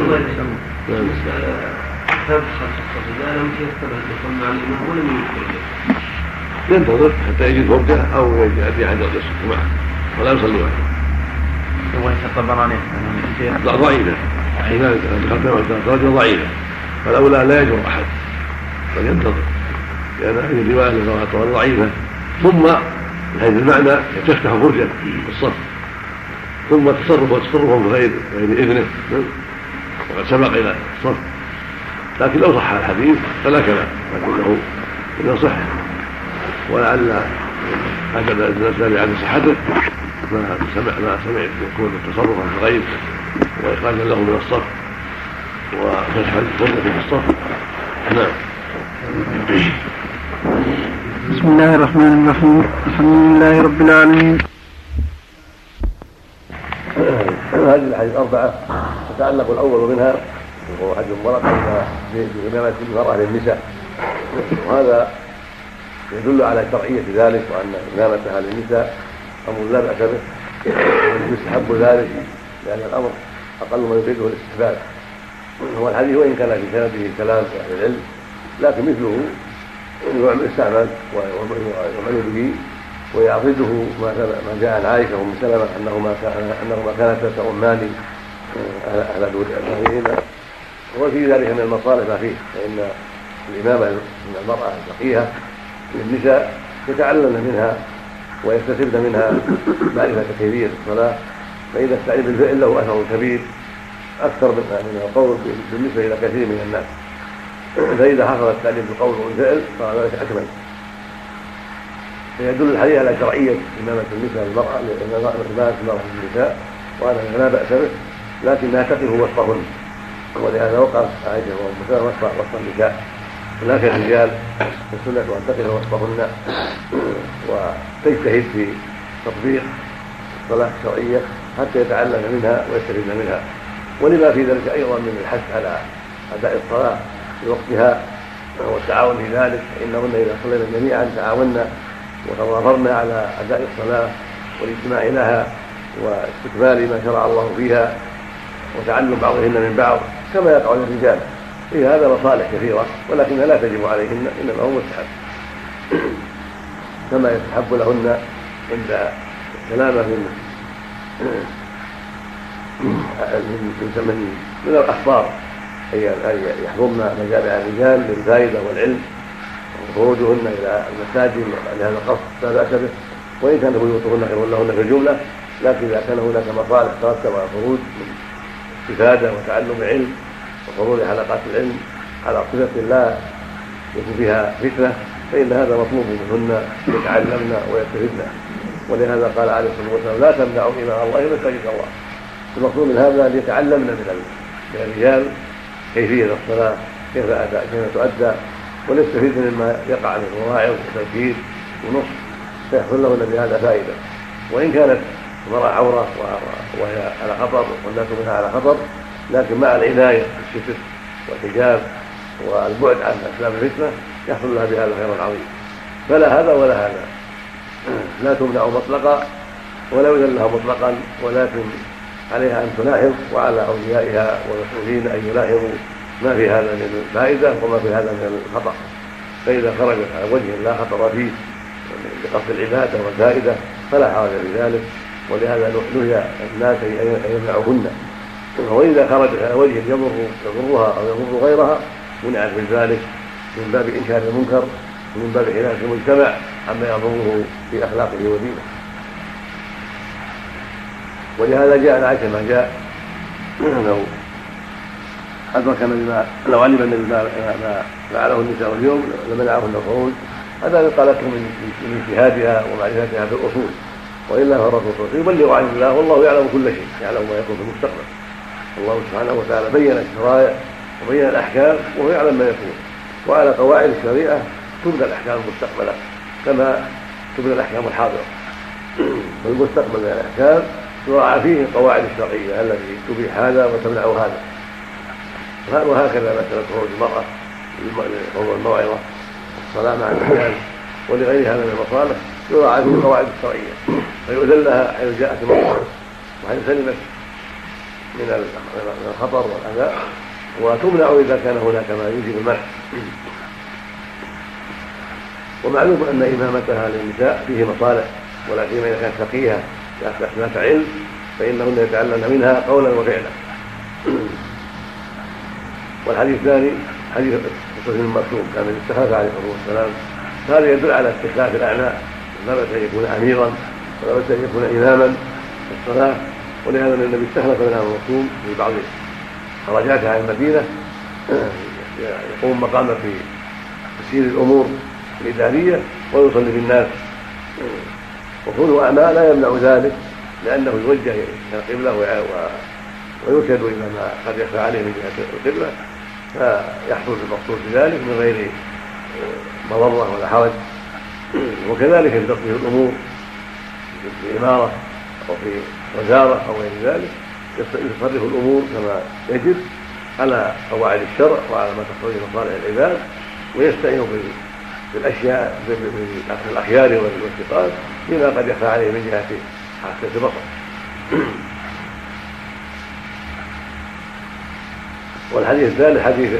ينتظر حتى يجد وقته أو يأتي أحد يصف معه ولا يصلي وحده. الطبراني لا ضعيفة لذلك درجة ضعيفة فالأولى لا يجر أحد بل ينتظر لأن هذه الرواية التي رواها الطبراني ضعيفة ثم من حيث المعنى تفتح فرجة في الصف ثم تصرف وتصرفهم بغير غير إذنه وقد سبق إلى الصف، لكن لو صح الحديث فلا كلام، لكنه إذا صح ولعل عدم الناس بعد صحته ما سمع ما سمع يكون تصرفا في الغيب وإخراجا له من الصف وفتح الفرقة في الصف. نعم. بسم الله الرحمن الرحيم. الحمد لله رب العالمين. هذه الأحاديث الأربعة تتعلق الأول منها وهو حج المرأة بإمامة المرأة للنساء، وهذا يدل على شرعية ذلك وأن إمامتها للنساء أمر لا بأس به ويستحب ذلك لأن الأمر أقل ما يفيده الاستحباب. هو الحديث وإن كان في سنده كلام في أهل العلم لكن مثله يستعمل ويعمل به ويعضده ما جاء عن عائشة وأم سلمة أنهما أنهما كانتا تؤمان أهل المدينة، وفي ذلك من المصالح ما فيه، فإن الإمامة من المرأة الفقيهة للنساء يتعلمن منها ويكتسبن منها معرفة كيفية الصلاة، فإذا استعين بالفعل له أثر كبير أكثر من القول بالنسبة إلى كثير من الناس، فإذا حصل التعليم بالقول والفعل فذلك أكمل. فيدل الحديث على شرعية إمامة النساء المرأة إمامة المرأة للنساء وأنا لا بأس به، لكنها تقف وسطهن، ولهذا وقف عائشة وأم سلمة وسط النساء، هناك الرجال السنة أن تقف وسطهن وتجتهد في تطبيق الصلاة الشرعية حتى يتعلم منها ويستفيد منها، ولما في ذلك أيضا من الحث على أداء الصلاة في وقتها والتعاون في ذلك، فإنهن إذا صلينا جميعا تعاوننا وتضافرنا على أداء الصلاة والاجتماع لها واستكمال ما شرع الله فيها وتعلم بعضهن من بعض كما يقع للرجال. في هذا مصالح كثيرة ولكنها لا تجب عليهن، إنما هو مستحب كما يستحب لهن عند السلامة من من من الأخبار أي يحضرن مجامع الرجال للفائدة والعلم وخروجهن إلى المساجد لهذا القصد لا بأس به، وإن كان بيوتهن خير لهن في الجملة، لكن إذا كان هناك مصالح ترتب على الخروج من استفادة وتعلم علم وحضور حلقات العلم على صفة لا يكون فيها فتنة فإن هذا مطلوب منهن يتعلمن ويستفدن، ولهذا قال عليه الصلاة والسلام لا تمنعوا إماء الله مساجد الله. المقصود من هذا أن يتعلمن من الرجال كيفية الصلاة كيف أداء كيف تؤدى ونستفيد مما يقع من مواعظ وتذكير ونصح فيحصل لهن بهذا فائدة. وإن كانت المرأة عورة وهي على خطر والناس منها على خطر، لكن مع العناية بالستر والحجاب والبعد عن أسباب الفتنة يحصل لها بهذا خير عظيم. فلا هذا ولا هذا، لا تمنع مطلقا ولا يذل لها مطلقا، ولكن عليها أن تلاحظ وعلى أوليائها والمسؤولين أن يلاحظوا ما في هذا من الفائدة وما في هذا من الخطأ، فإذا خرجت على وجه لا خطر فيه بقصد العبادة والفائدة فلا حرج في ذلك، ولهذا نهي الناس أن يمنعوهن. وإذا خرجت على وجه يضر يضرها أو يضر غيرها منعت من ذلك من باب إنكار المنكر ومن باب حماية المجتمع عما يضره في أخلاقه ودينه. ولهذا جاء عائشة ما جاء لو أدرك النبي لو علم النبي ما فعله النساء اليوم لمنعهن الخروج، هذا قالته من اجتهادها ومعرفتها بالأصول، وإلا فالرسول صلى الله عليه وسلم يبلغ عن الله والله يعلم كل شيء، يعلم ما يكون في المستقبل. الله سبحانه وتعالى بين الشرائع وبين الأحكام وهو يعلم ما يكون، وعلى قواعد الشريعة تبنى الأحكام المستقبلة كما تبنى الأحكام الحاضرة. والمستقبل من الأحكام تراعى فيه القواعد الشرعية التي تبيح هذا وتمنع هذا، وهكذا مسألة خروج المرأة لحضور الموعظة الصلاة مع الرجال ولغيرها من المصالح يراعى فيه القواعد الشرعية فيؤذن لها حيث جاءت المصالح وحيث سلمت من الخطر والأذى، وتمنع إذا كان هناك ما يوجب المنع. ومعلوم أن إمامتها للنساء فيه مصالح، ولا سيما إذا كانت فقيهة ذات علم فإنهن يتعلمن منها قولا وفعلا. والحديث الثاني حديث قصة بن مكتوم كان من استخلاف عليه الصلاة والسلام، هذا يدل على استخلاف الأعناء، لا بأس أن يكون أميرا ولا بأس أن يكون إماما في الصلاة، ولهذا النبي استخلف من هذا المكتوم في بعض درجاتها عن المدينة يقوم مقامه في تسيير الأمور الإدارية ويصلي بالناس، وكونه أعمى لا يمنع ذلك لأنه يوجه إلى القبلة ويرشد إلى ما قد يخفى عليه من جهة القبلة، فيحصل المقصود بذلك من غير مضرة ولا حرج. وكذلك في تصريف الأمور في إمارة أو في وزارة أو غير ذلك يصرف الأمور كما يجب على قواعد الشرع وعلى ما تقتضيه مصالح العباد، ويستعين بالأشياء بالأخيار والاتقان بما قد يخفى عليه من جهة حاسة البصر. والحديث الثالث حديث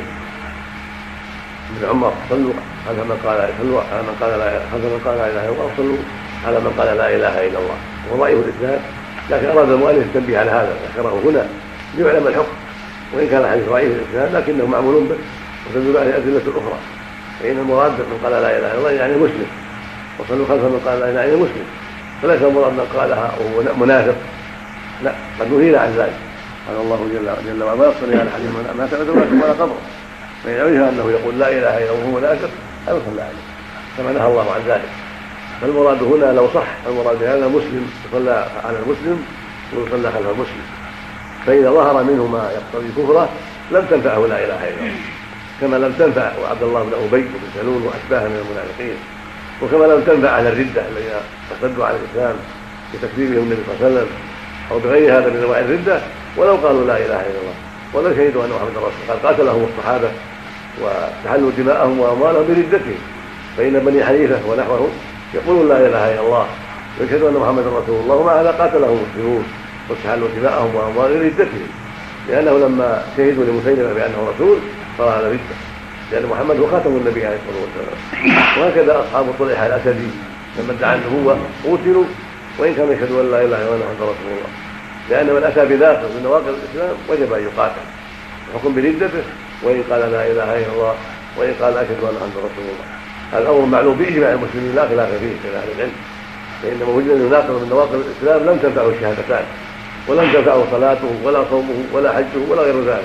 ابن عمر: صلوا على من قال صلوا على من قال لا خلف من قال لا اله الا الله، صلوا على من قال لا اله الا الله. وهو ضعيف الاسناد، لكن اراد المؤلف التنبيه على هذا، ذكره هنا ليعلم الحكم، وان كان الحديث ضعيف الاسناد لكنه معمول به وتدل عليه الادله الاخرى. فان المراد من قال لا اله الا الله يعني مسلم، وصلوا خلف من قال لا اله الا الله يعني مسلم، فليس المراد من قالها وهو منافق، لا، قد نهينا عن ذلك. قال الله جل جل وعلا: ما يصلي على حديث ما ثبت ولا قبر، فإن عرف أنه يقول لا إله إلا الله وهو منافق لا يصلى عليه، كما نهى الله عن ذلك. فالمراد هنا لو صح المراد بهذا مسلم يصلى على المسلم ويصلى خلف المسلم، فإذا ظهر منه ما يقتضي كفره لم تنفعه لا إله إلا الله، كما لم تنفع عبد الله بن أبي بن سلول وأشباه من المنافقين، وكما لم تنفع أهل الردة الذين ارتدوا على الإسلام بتكذيبهم النبي صلى الله عليه وسلم أو بغير هذا من أنواع الردة، ولو قالوا لا إله إلا الله ولو شهدوا أن محمد رسول الله. قال: قاتلهم الصحابة واستحلوا دماءهم وأموالهم بردتهم، فإن بني حنيفة ونحوهم يقولون لا إله إلا الله ويشهدوا أن محمد رسول الله، ومع هذا قاتلهم المسلمون واستحلوا دماءهم وأموالهم بردتهم، لأنه لما شهدوا لمسيلمة بأنه رسول صار على ردة، لأن محمد هو خاتم النبي عليه الصلاة والسلام. وهكذا أصحاب طلحة الأسدي لما ادعى النبوة قتلوا وإن كانوا يشهدوا أن لا إله إلا الله محمد رسول الله، لأن من أتى بناقض من نواقض الإسلام وجب أن يقاتل الحكم بردته، وإن قال لا إله إلا الله وإن قال أشهد أن محمدا رسول الله. هذا الأمر معلوم بإجماع المسلمين لا خلاف فيه بين أهل العلم، فإن من وجد يناقض من نواقض الإسلام لم تنفعه الشهادتان ولم تنفعه صلاته ولا صومه ولا حجه ولا غير ذلك.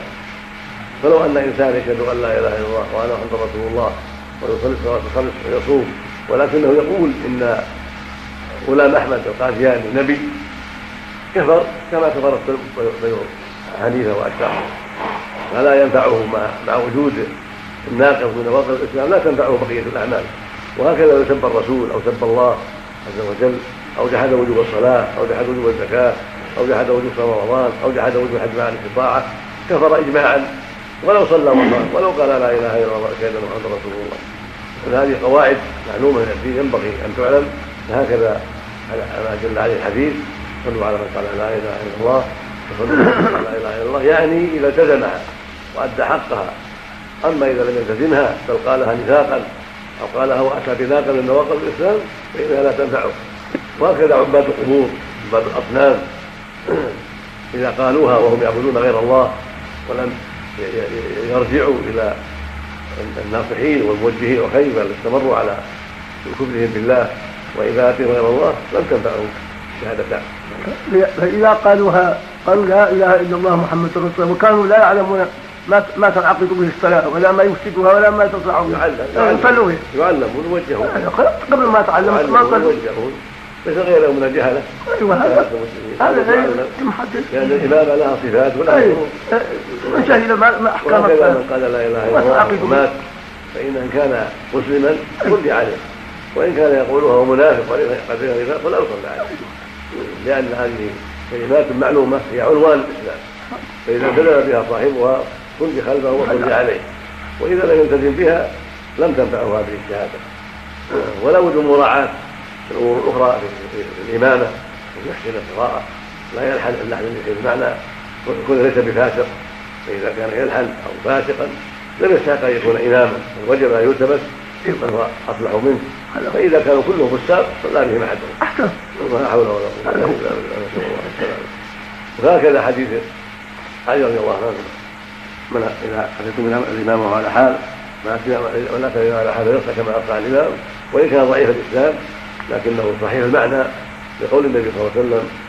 فلو أن إنسان يشهد أن لا إله إلا الله وأنا محمد رسول الله ويصلي الصلاة الخمس ويصوم، ولكنه يقول إن غلام أحمد القادياني نبي، كفر كما كفرت بنو حنيفة وأشباهه، فلا ينفعه مع وجود الناقض من نواقض الإسلام لا تنفعه بقية الأعمال. وهكذا لو سب الرسول أو سب الله عز وجل أو جحد وجوب الصلاة أو جحد وجوب الزكاة أو جحد وجوب صوم رمضان أو جحد وجوب الحج مع الاستطاعة كفر إجماعا، ولو صلى وصام ولو قال لا إله إلا الله وأشهد أن محمدا رسول الله. هذه قواعد معلومة من الدين ينبغي أن تعلم، فهكذا ما دل عليه الحديث: صلوا على من قال لا إله إلا الله وصلوا على من قال لا إله إلا الله، يعني إذا التزمها وأدى حقها. أما إذا لم يلتزمها بل قالها نفاقا أو قالها وأتى بناقض من نواقض الإسلام فإنها لا تنفعه. وهكذا عباد القبور عباد الأصنام إذا قالوها وهم يعبدون غير الله ولم يرجعوا إلى الناصحين والموجهين والخير بل استمروا على كفرهم بالله وعبادتهم غير الله لم تنفعهم شهادتان. فإذا قالوها قالوا لا إله إلا الله محمد رسول الله وكانوا لا يعلمون ما ما تنعقد به الصلاة ولا ما يفسدها ولا ما تصلح بها، يعلم يعلمون ويوجهون قبل ما تعلموا ما صلوا ليس غيره من الجهلة. أيوة هذا هذا محدد، لأن الإمامة لها صفات ولا من جهل ما أحكام الصلاة. من قال لا إله إلا الله ومات فإن إن كان مسلما صلي عليه، وإن كان يقولها هو منافق قد نفاق فلا يصلى عليه، لأن هذه كلمات معلومة هي عنوان الإسلام، فإذا التزم بها صاحبها صلي خلفه وصلي عليه، وإذا لم يلتزم بها لم تنفعه هذه الشهادة. ولا بد من مراعاة الأمور الأخرى في الإمامة أن يحسن القراءة، لا يلحن اللحن بمعنى يكون ليس بفاسق، فإذا كان يلحن أو فاسقا لم يستحق أن يكون إماما، وجب أن يلتمس من هو أصلح منه، فإذا كانوا كلهم فساق صلى بهم أحدهم ولا حول ولا قوة إلا بالله نسأل الله السلامة. وهكذا حديث علي رضي الله عنه: من إذا أتيتم الإمام على حال ولا كان على حال يصح كما أصلح الإمام، وإن كان ضعيف الإسلام لكنه صحيح المعنى لقول النبي صلى الله عليه وسلم: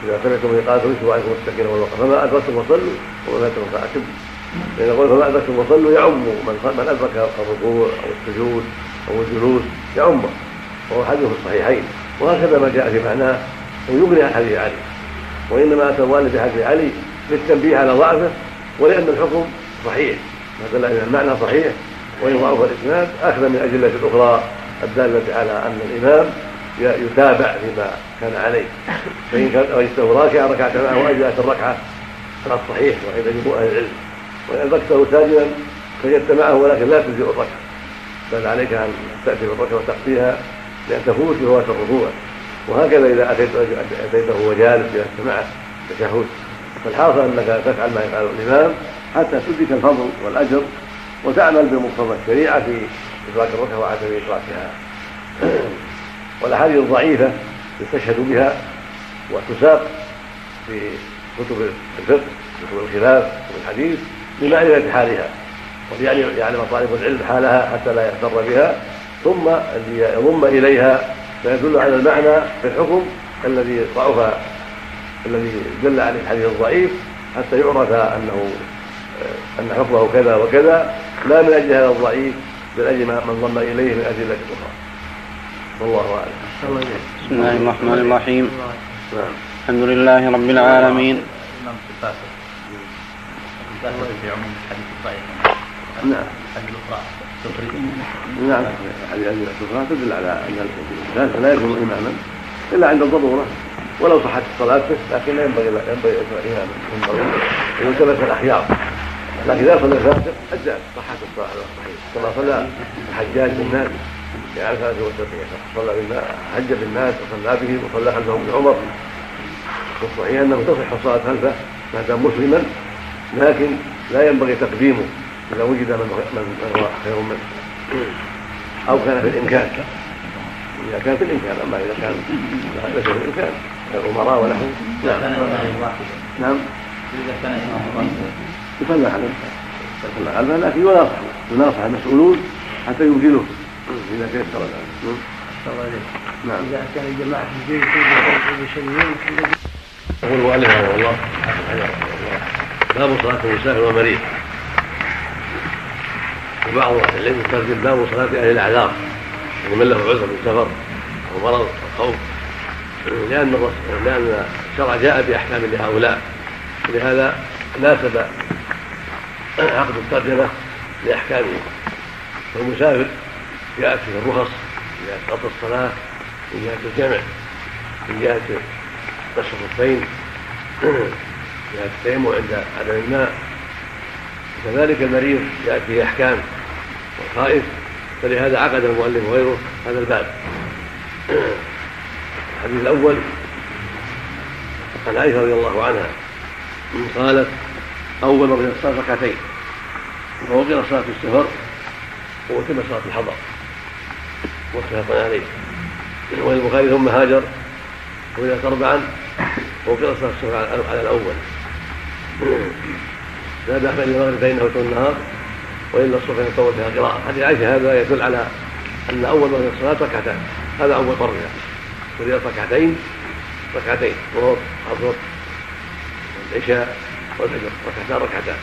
إذا سمعتم إقامة فامشوا عليكم السكينة والوقار فما أدركتم فصلوا وما فاتكم فأتموا. فإن يقول فما أدركتم فصلوا يعم من أدرك الركوع أو السجود أو الجلوس يعمه، وهو حديث في الصحيحين. وهكذا ما جاء في معناه ويغني عن حديث علي، وإنما أتى المؤلف بحديث علي للتنبيه على ضعفه ولأن الحكم صحيح، ما دل على المعنى صحيح وإن ضعف الإسناد أخذ من الأدلة الأخرى الدالة على أن الإمام يتابع فيما كان عليه، فإن كان رأيته راكعا ركعت معه وأجزأت الركعة على الصحيح وإذا جمهور أهل العلم، وإن أدركته ساجدا سجدت معه ولكن لا تجزئ الركعة، بل عليك أن تأتي بالركعة وتقضيها لأن تفوت فوات الركوع. وهكذا إذا أتيته وجالس جلست معه تشهد، فالحاصل أنك تفعل ما يفعله الإمام حتى تدرك الفضل والأجر وتعمل بمقتضى الشريعة في إدراك الركعة وعدم إدراكها. والأحاديث الضعيفة يستشهد بها وتساق في كتب الفقه كتب الخلاف كتب الحديث لمعرفة حالها وليعلم طالب العلم حالها حتى لا يغتر بها، ثم يضم إليها ما يدل على المعنى في الحكم الذي ضعف الذي دل عليه الحديث الضعيف حتى يعرف أنه أن حكمه كذا وكذا، لا من أجل هذا الضعيف بل أجل من ضم إليه من أدلة أخرى. والله أعلم. بسم الله الرحمن الرحيم. الحمد لله رب العالمين. في عموم الحديث الضعيف. نعم. الحديث الأخرى نعم. الحديث الأخرى تدل على أن الإنسان لا يكون إماما إلا عند الضرورة ولو صحت صلاته، لكن لا ينبغي ينبغي يكون إماما من ضرورة ويلتمس الأخيار. لكن إذا صلى الفاسق أجزأت صحت الصلاة الصحيح كما صلى الحجاج بالناس يعني ثلاثة وثلاثين صلى بالناس حج بالناس وصلى به وصلى خلفه ابن عمر. والصحيح أنه تصح الصلاة خلفه ما دام مسلما، لكن لا ينبغي تقديمه إذا وجد من هو خير منه أو كان في الإمكان. إذا كان في الإمكان، أما إذا كان ليس في الإمكان الأمراء ونحن نعم نعم إذا كان إمام واحد يصلى عليه يصلى عليه، لكن يناصح يناصح المسؤولون حتى يبدله إذا تيسر ذلك. نعم. إذا كان الجماعة في البيت يصلون يقول المؤلف رحمه الله باب صلاة المسافر والمريض. وبعض أهل العلم يترجم باب صلاة أهل الأعذار ومن له عذر من سفر أو مرض أو خوف، لأن الرسول لأن الشرع جاء بأحكام لهؤلاء، ولهذا ناسب عقد الترجمة لأحكامه. فالمسافر جاءت فيه الرخص من جهة قصر الصلاة، من جهة الجمع، من جهة قصر الخفين، من جهة التيمم عند عدم الماء. كذلك المريض جاءت فيه أحكام والخائف، فلهذا عقد المؤلف وغيره هذا الباب. الحديث الأول عن عائشة رضي الله عنها قالت أول من الصلاة ركعتين ووقر صلاة السفر ووتم صلاة الحضر متفق عليه. والبخاري ثم هاجر وإذا أربعا ووقر صلاة السفر على الأول لا بأس بين المغرب بينه وبين النهار وإلا الصبح يطول فيها قراءة. حديث عائشة هذا يدل على أن أول ما الصلاة ركعتان، هذا أول فرضها وليت ركعتين ركعتين ظهر عصر العشاء والفجر ركعتان ركعتان.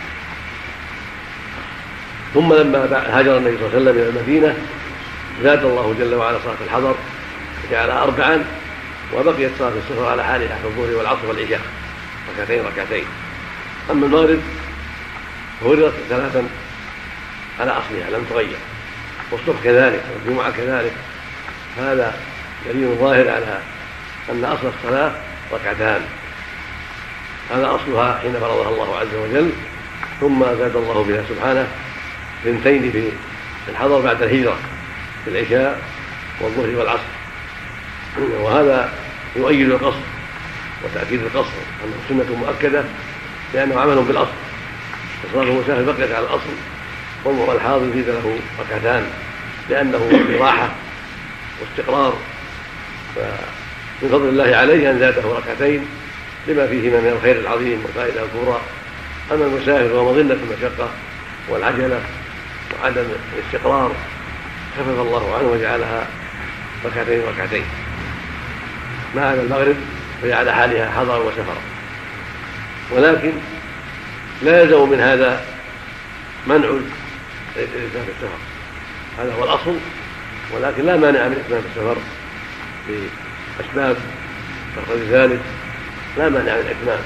ثم لما هاجر النبي صلى الله عليه وسلم إلى المدينة زاد الله جل وعلا صلاة الحضر وجعلها أربعا، وبقيت صلاة السفر على حالها في الظهر والعصر والعشاء ركعتين ركعتين. أما المغرب فوردت ثلاثا على أصلها لم تغير، والصبح كذلك والجمعة كذلك. هذا دليل ظاهر على أن أصل الصلاة ركعتان، هذا أصلها حين فرضها الله عز وجل، ثم زاد الله بها سبحانه اثنتين في الحضر بعد الهجرة في العشاء والظهر والعصر. وهذا يؤيد القصر وتأكيد القصر أنه سنة مؤكدة لأنه عمل بالأصل، فصلاة المسافر بقيت على الأصل، والحاضر زيد له ركعتان لأنه راحة واستقرار، فمن فضل الله عليه أن زاده ركعتين لما فيهما من الخير العظيم والفائدة الكبرى. أما المسافر هو مظنة المشقة والعجلة وعدم الاستقرار خفف الله عنه وجعلها ركعتين ركعتين. ما هذا المغرب وهي على حالها حضرا وسفرا. ولكن لا يلزم من هذا منع الإتمام في السفر، هذا هو الأصل، ولكن لا مانع من إتمام السفر لأسباب تقتضي ذلك، لا مانع من الإتمام.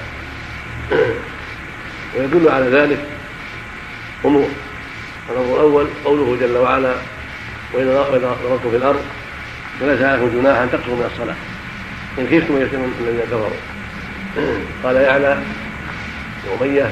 ويدل على ذلك أمور. الأمر الأول قوله جل وعلا: وإذا ضربتم في الأرض فليس عليكم جناح أن تقصروا من الصلاة إن خفتم أن يفتنكم الذين كفروا. قال يعلى وأمية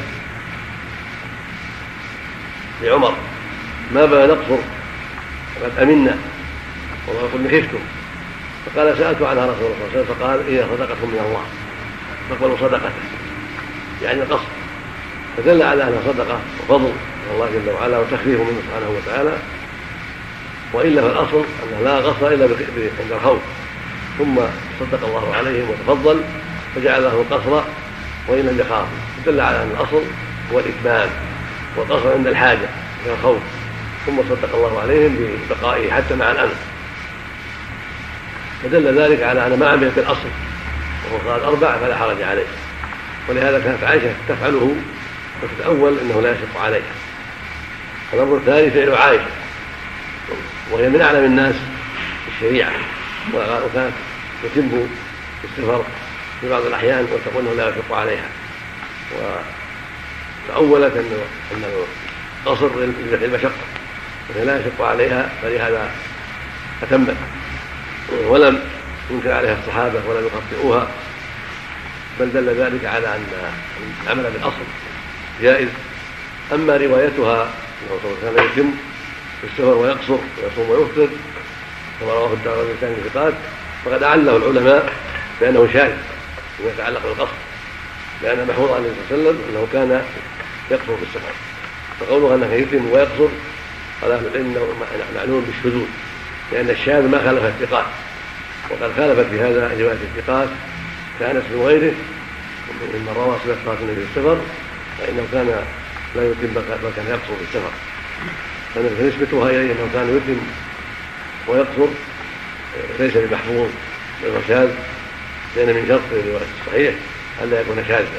لعمر: ما بقى نقصر فقد أمنا وقد خفتم. فقال: سألت عنها رسول الله صلى الله عليه وسلم فقال: هي صدقة من الله فاقبلوا صدقته، يعني القصر. فدل على أنها صدقة وفضل من الله جل وعلا وتخفيف منه سبحانه وتعالى. وإلا فالأصل أنه لا قصر إلا عند الخوف، ثم صدق الله عليهم وتفضل فجعل لهم القصر وإن لم يخافوا. دل على أن الأصل هو الإتمام والقصر عند الحاجة من الخوف، ثم صدق الله عليهم ببقائه حتى مع الأمن. فدل ذلك على أن ما عمل بالأصل وهو قال أربع فلا حرج عليه. ولهذا كانت عائشة تفعله وتتأول أنه لا يشق عليها. الأمر الثاني فعل عائشة، وهي من أعلم الناس بالشريعة، وكانت تتم السفر في بعض الأحيان وتقول أنه لا يشق عليها، وتأولت أنه قصر لدفع المشقة وهي لا يشق عليها، فلهذا أتمت. ولم ينكر عليها الصحابة ولم يخطئوها، بل دل ذلك على أن العمل بالأصل جائز. أما روايتها أنه كان يتم في السفر ويقصر ويصوم ويفطر كما رواه الدارمي في الثقات، فقد أعله العلماء بأنه شاذ فيما يتعلق بالقصر، لأن محفوظ عن النبي صلى الله عليه وسلم أنه كان يقصر في السفر. فقوله أنه يتم ويقصر قال أهل العلم أنه معلوم بالشذوذ، لأن الشاذ ما خالف الثقات، وقد خالفت في هذا رواية الثقات كأنس وغيره ممن روى صفة صلاة النبي في السفر، فإنه كان لا يتم بل كان يقصر في السفر. فنسبتها إليه أنه كان يتم ويقصر ليس بمحفوظ بل هو شاذ، لأن من شرط الرواية الصحيح ألا يكون شاذا.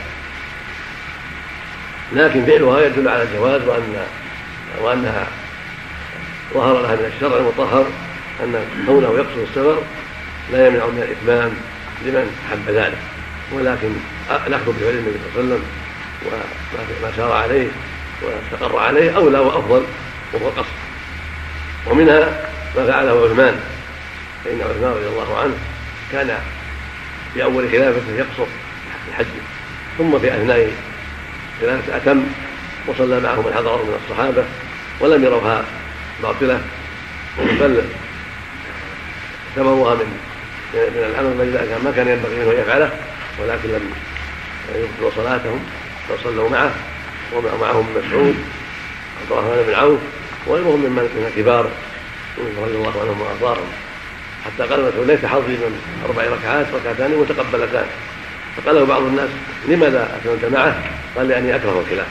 لكن فعلها يدل على الجواز، وأن وأنها ظهر لها من الشرع المطهر أن كونه يقصر السفر لا يمنع من الإتمام لمن حب ذلك، ولكن الأخذ بفعل النبي صلى الله عليه وسلم وما سار عليه واستقر عليه أولى وأفضل وهو القصر. ومنها ما فعله عثمان، فإن عثمان رضي الله عنه كان في أول خلافته يقصر الحج، ثم في أثناء خلافته أتم وصلى معهم من حضر من الصحابة ولم يروها باطلة، بل اعتبروها من من العمل الذي ما كان ينبغي منه يفعله، ولكن لم يبطلوا صلاتهم فصلوا معه ومعهم مسعود عبد الرحمن بن عوف وغيرهم من الكبار رضي الله عنهم وارضاهم، حتى قال مسعود: ليس حظي من اربع ركعات ركعتان متقبلتان. فقال له بعض الناس: لماذا اتممت معه؟ قال: لاني اكره الخلاف.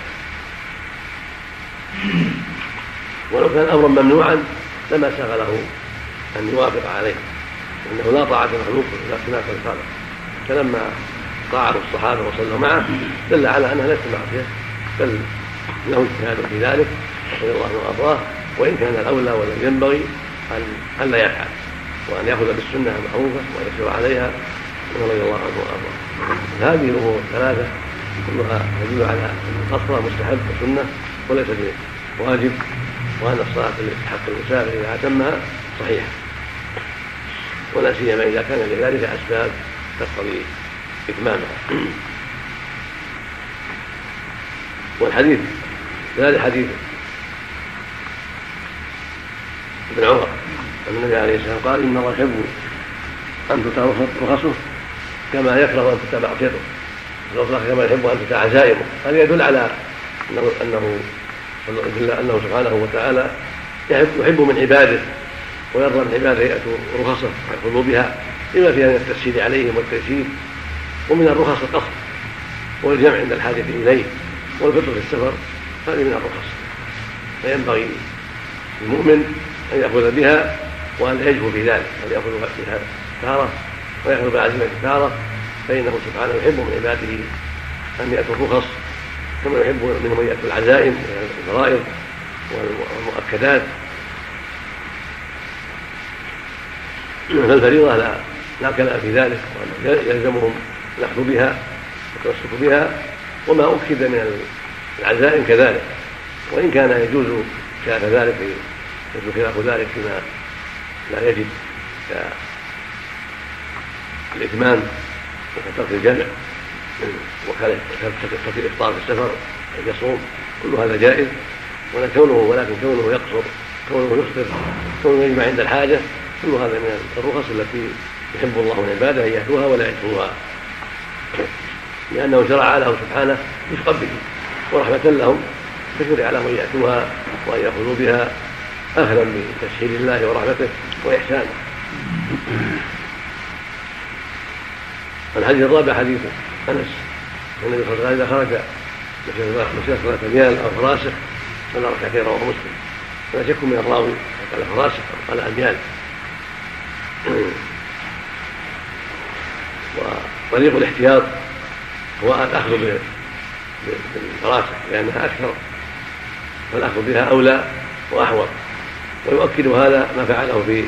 ولو كان امرا ممنوعا لما شغله ان يوافق عليه، انه لا طاعه مخلوق ولا خلاف الخالق. فلما طاعه الصحابه وصلوا معه دل على انها ليست معصيه، بل له اجتهاد في ذلك رضي الله عنه وارضاه، وان كان الاولى والذي ينبغي ان لا يفعل، وان ياخذ بالسنه المعروفه ويسير عليها رضي الله عنه وارضاه. هذه الامور الثلاثه كلها تدل على ان القصر مستحب وسنه وليس بواجب، وان الصلاه حق المسافر اذا اتمها صحيحه، ولا سيما اذا كان لذلك اسباب تقتضي اتمامها. والحديث ذلك حديث ابن عمر أن النبي عليه السلام قال: إن الله يحب أن تؤتى رخصه كما يكره أن تؤتى معصيته، كما يحب أن تؤتى عزائمه. هذا يدل على أنه أنه أنه سبحانه وتعالى يحب من عباده ويرضى من عباده يأتوا رخصه ويأخذوا بها، لما فيها من التسهيل عليهم والتيسير. ومن الرخص القصر والجمع عند الحاجة إليه، والفطر في السفر هذه من الرخص، فينبغي المؤمن أن يأخذ بها وأن لا يجهو في ذلك، أن يأخذ بها تارة ويأخذ بعزيمة تارة، فإنه سبحانه يحب من عباده أن يأتوا الرخص كما يحب منهم أن يأتوا العزائم والفرائض والمؤكدات. فالفريضة لا لا كلام في ذلك، وأن يلزمهم الأخذ بها والتمسك بها، وما أكد من العزائم كذلك، وإن كان يجوز خلاف ذلك يجوز خلاف ذلك فيما لا يجب كالإتمام وكثرة الجمع وكثرة الإفطار في السفر أن يصوم، كل هذا جائز، ولكن كونه ولكن كونه يقصر، كونه يفطر، كونه يجمع عند الحاجة، كل هذا من الرخص التي يحب الله من عباده أن يأتوها ولا يعتوها، لأنه شرع له سبحانه رفقا به ورحمة لهم، فشرع لهم أن يأتوها وأن يأخذوا بها أهلا بتسهيل الله ورحمته وإحسانه. الحديث الرابع حديث أنس النبي صلى الله عليه وسلم إذا خرج مسيرة ثلاثة أميال أو فراسخ صلى ركعتين، رواه مسلم. فلا شك من الراوي قال فراسخ أو قال أميال. وطريق الاحتياط هو الأخذ بالفراسخ لأنها أكثر، فالأخذ بها أولى وأحوط. ويؤكد هذا ما فعله في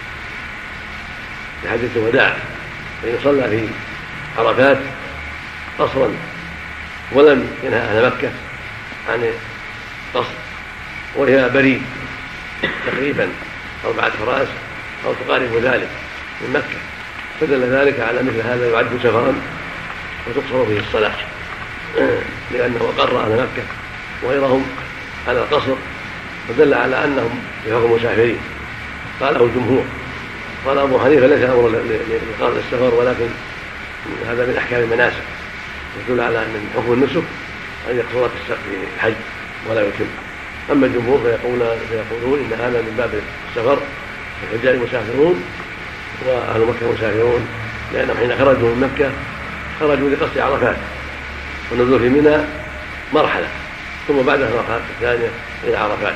حديث الوداع، فإن صلى في عرفات قصرا ولم ينهى أهل مكة عن قصر، وهي بريد تقريبا أربعة فراس أو تقارب ذلك من مكة، فدل ذلك على مثل هذا يعد سفرا وتقصر فيه الصلاة، لأنه أقر أهل مكة وغيرهم على القصر، فدل على أنهم في حكم مسافرين. قاله الجمهور، قال أبو حنيفة ليس أمر لإقامة السفر، ولكن هذا من أحكام المناسك، يدل على أن حكم النسك أن يقصر في الحج ولا يتم. أما الجمهور فيقولون فيقولون إن هذا من باب السفر، الحجاج مسافرون وأهل مكة مسافرون، لأنهم حين خرجوا من مكة خرجوا لقصد عرفات، والنزول في منى مرحلة، ثم بعدها المرحلة الثانية إلى عرفات،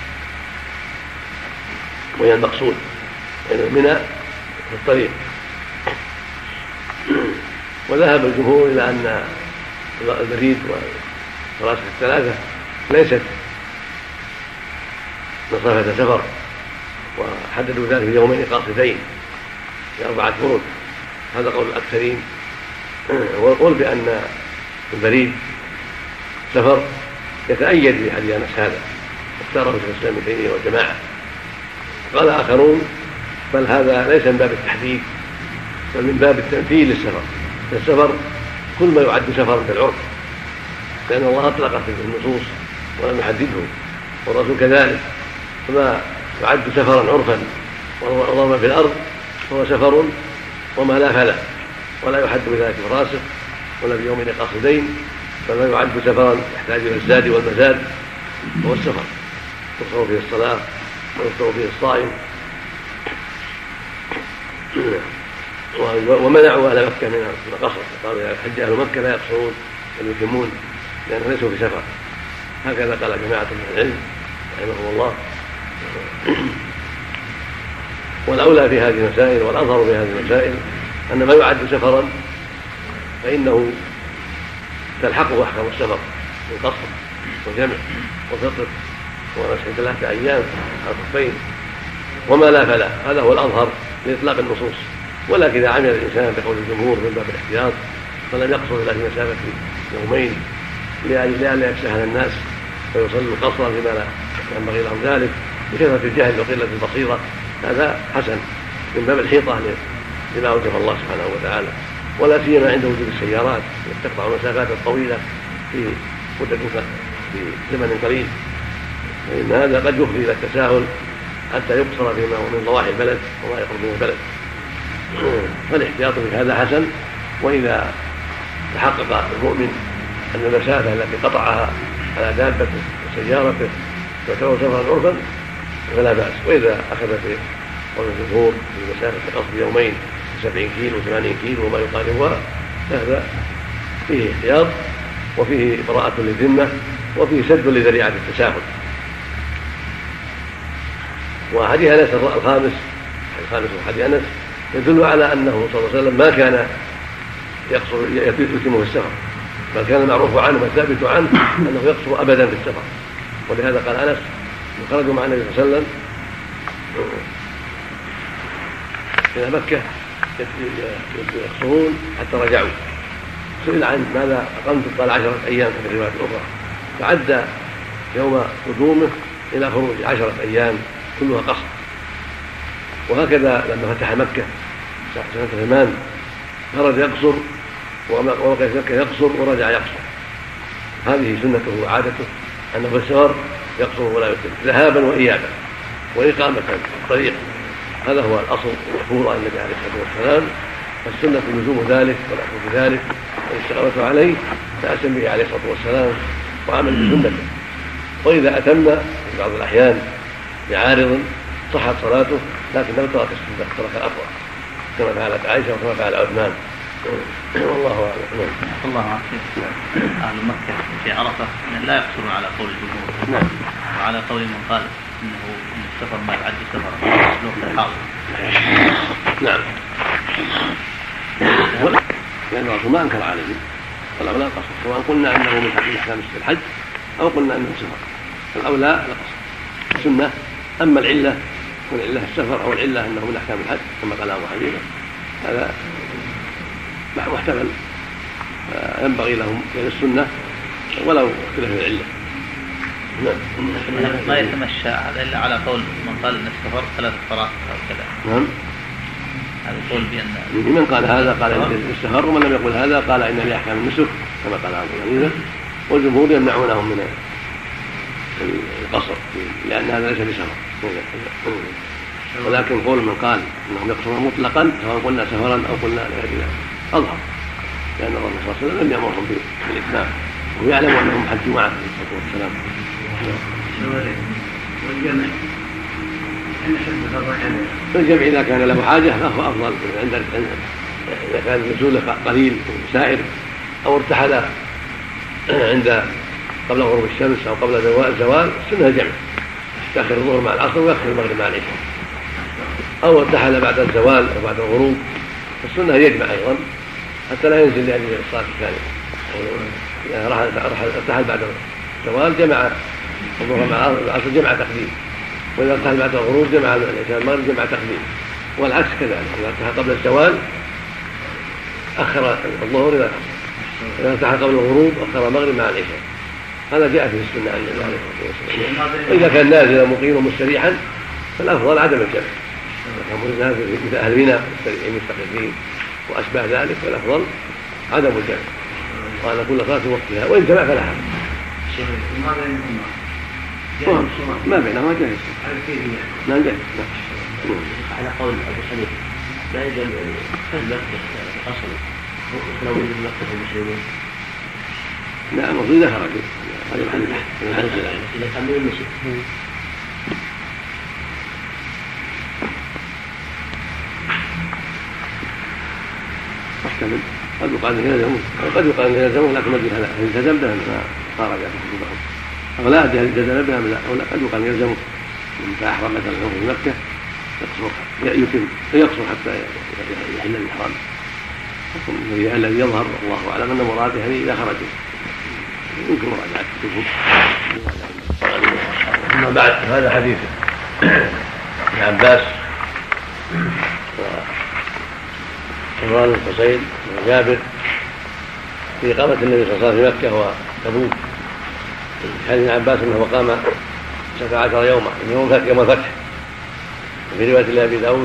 وهي المقصود يعني منى في الطريق. وذهب الجمهور إلى أن البريد والفراسخ الثلاثة ليست مسافة سفر، وحددوا ذلك في يومين قاصدين في أربعة برد، هذا قول الأكثرين. والقول بأن البريد سفر يتأيد في حديث أنس هذا، اختاره شيخ الإسلام ابن تيمية والجماعة. قال آخرون بل هذا ليس من باب التحديد، بل من باب التمثيل للسفر، السفر كل ما يعد سفرا في العرف، لأن الله أطلق في النصوص ولم يحدده، والرسول كذلك، فما يعد سفرا عرفا وضربا في الأرض فهو سفر، وما لا فلا، ولا يحد بذلك فراسخ ولا بيومين قاصدين، بل ما يعد سفرا يحتاج إلى الزاد والمزاد هو السفر، تقصر فيه الصلاة ويفطر فيه الصائم. ومنعوا أهل مكة من القصر، قالوا إذا حج أهل مكة لا يقصرون بل يتمون لأنهم ليسوا في سفر. هكذا قال جماعة من العلم رحمهم الله. والأولى في هذه المسائل والأظهر في هذه المسائل أن ما يعد سفرا فإنه تلحقه أحكام السفر من قصر وجمع وفطر ومسح ثلاثة أيام على الخفين، وما لا فلا، هذا هو الأظهر لإطلاق النصوص. ولكن إذا عمل الإنسان بقول الجمهور من باب الاحتياط فلم يقصر إلا في مسافة يومين لئلا يفسح الناس فيصلوا قصرا فيما لا ينبغي لهم ذلك بكثرة الجهل وقلة البصيرة، هذا حسن من باب الحيطة لما أوجب الله سبحانه وتعالى، ولا سيما عند وجود السيارات التي تقطع المسافات الطويلة في مدة في زمن قليل، فإن هذا قد يفضي إلى التساهل حتى يقصر فيما هو من ضواحي البلد وما يقرب من البلد. فالاحتياط في هذا حسن، وإذا تحقق المؤمن أن المسافة التي قطعها على دابته وسيارته تعتبر سفرا عرفا فلا بأس. وإذا أخذ في قول الجمهور في مسافة قصر يومين سبعين كيلو وثمانين كيلو وما يقاربها فهذا فيه احتياط وفيه براءة للذمة وفيه سد لذريعة التساهل. وحديث أنس الخامس الخامس من حديث أنس يدل على أنه صلى الله عليه وسلم ما كان يقصر يتم في السفر، بل كان المعروف عنه والثابت عنه انه يقصر ابدا في السفر. ولهذا قال انس خرجوا مع النبي صلى الله عليه وسلم الى مكه يقصرون حتى رجعوا. سئل عن ماذا اقمت قال عشره ايام في الروايات الاخرى، فعد يوم قدومه الى خروج عشره ايام كلها قصر. وهكذا لما فتح مكه سنه ثمان خرج يقصر ووقف في مكه يقصر ورجع يقصر. هذه سنته وعادته انه في السفر يقصر ولا يتم ذهابا وايابا واقامه الطريق. هذا هو الاصل المحفوظ عن النبي عليه الصلاه والسلام، فالسنه لزوم ذلك والاخذ بذلك والاستقامه عليه تأسم به عليه الصلاه والسلام وعمل بسنته. واذا اتم في بعض الاحيان بعارض صحت صلاته لكنه ترك السنه، ترك الافضل كما فعلت عائشه وكما فعل عثمان. والله اعلم. الله عنك. اهل مكه في عرفه ان لا يقصرون على قول الجمهور. نعم. وعلى قول من قال انه ان السفر ما يعد سفرا الوقت الحاضر. نعم. لأن الرسول ما أنكر عليه ولا لا قصر، سواء قلنا أنه من حق أحكام الحج أو قلنا أنه سفر، فالأولى لا قصر سنة. أما العلة من علة السفر أو العلة أنه من أحكام الحج كما قال أبو حنيفة هذا محتمل، ينبغي لهم إلى السنة ولو اختلف العلة. نعم. ما يتمشى هذا إلا على قول من قال أن السفر ثلاث فرائض أو كذا. نعم. هذا القول بأن من قال هذا قال إن السفر، ومن لم يقل هذا قال إن لأحكام النسك كما قال أبو حنيفة، والجمهور يمنعونهم من القصر لأن هذا ليس بسفر. ولكن قول من قال انهم يقصرون مطلقا سواء قلنا سفرا او قلنا غير اظهر، لان الرسول صلى الله عليه وسلم لم يامرهم بالاتمام ويعلم انهم حجوا معه عليه الصلاه والسلام. والجمع الجمع اذا كان له حاجه فهو افضل عند اذا كان نزوله قليل سائر او ارتحل عند قبل غروب الشمس او قبل الزوال السنه الجمع، يأخر الظهر مع العصر ويأخر المغرب مع العشاء، أو ارتحل بعد الزوال أو بعد الغروب فالسنة يجمع أيضا حتى لا ينزل لأجل الصلاة الثانية. إذا ارتحل بعد الزوال جمع الظهر مع العصر جمع تقديم، وإذا ارتحل بعد الغروب جمع العشاء المغرب جمع تقديم، والعكس كذلك. إذا ارتحل قبل الزوال أخر الظهر إلى العصر، إذا ارتحل قبل الغروب أخر المغرب مع العشاء. هذا جاء في السنة عن النبي عليه الصلاة والسلام. وإذا كان نازلا مقيما مستريحا فالأفضل عدم الجمع. إذا كان مثل أهل منى مستقرين وأشباه ذلك فالأفضل عدم الجمع، وأن كل صلاة في وقتها، وإن جمع فلا حرج. ما بينهما جائز. لا جائز. على قول أبو حنيفة لا يجب المكة أصلا لو من مكة المسلمين. لا المفروض إذا خرجوا إذا كان من المسجد. محتمل، قد يقال انه يلزمون وقد يقال انه يلزمون، لكن نجد هذا هل التزم بها ما خرج بعضهم او لا ادري هل التزم بها لا او لا. قد يقال يلزمون من فاحرم مثلا في مكه يقصر يتم يقصر حتى يحل الاحرام. الذي يظهر الله اعلم ان مراده يعني اذا خرجوا يمكن مراجعه الكتب. اما بعد هذا حديث ابن عباس عمران الحصين وجابر في إقامة النبي صلى الله عليه وسلم في مكة وتبوك. حديث ابن عباس أنه قام سبع عشر يوما يوم يوم الفتح، وفي رواية لأبي داود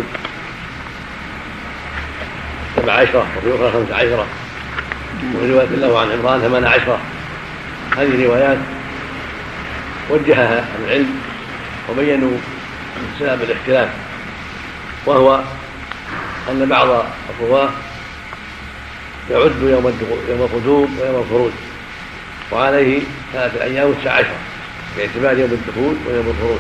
سبع عشرة وفي أخرى خمس عشرة وفي رواية له عن عمران ثمان عشرة. هذه روايات وجهها أهل العلم وبينوا سبب الاختلاف، وهو أن بعض الرواة يعد يوم يوم القدوم ويوم الخروج، وعليه ثلاثة أيام وتسع عشر باعتبار يوم الدخول ويوم الخروج،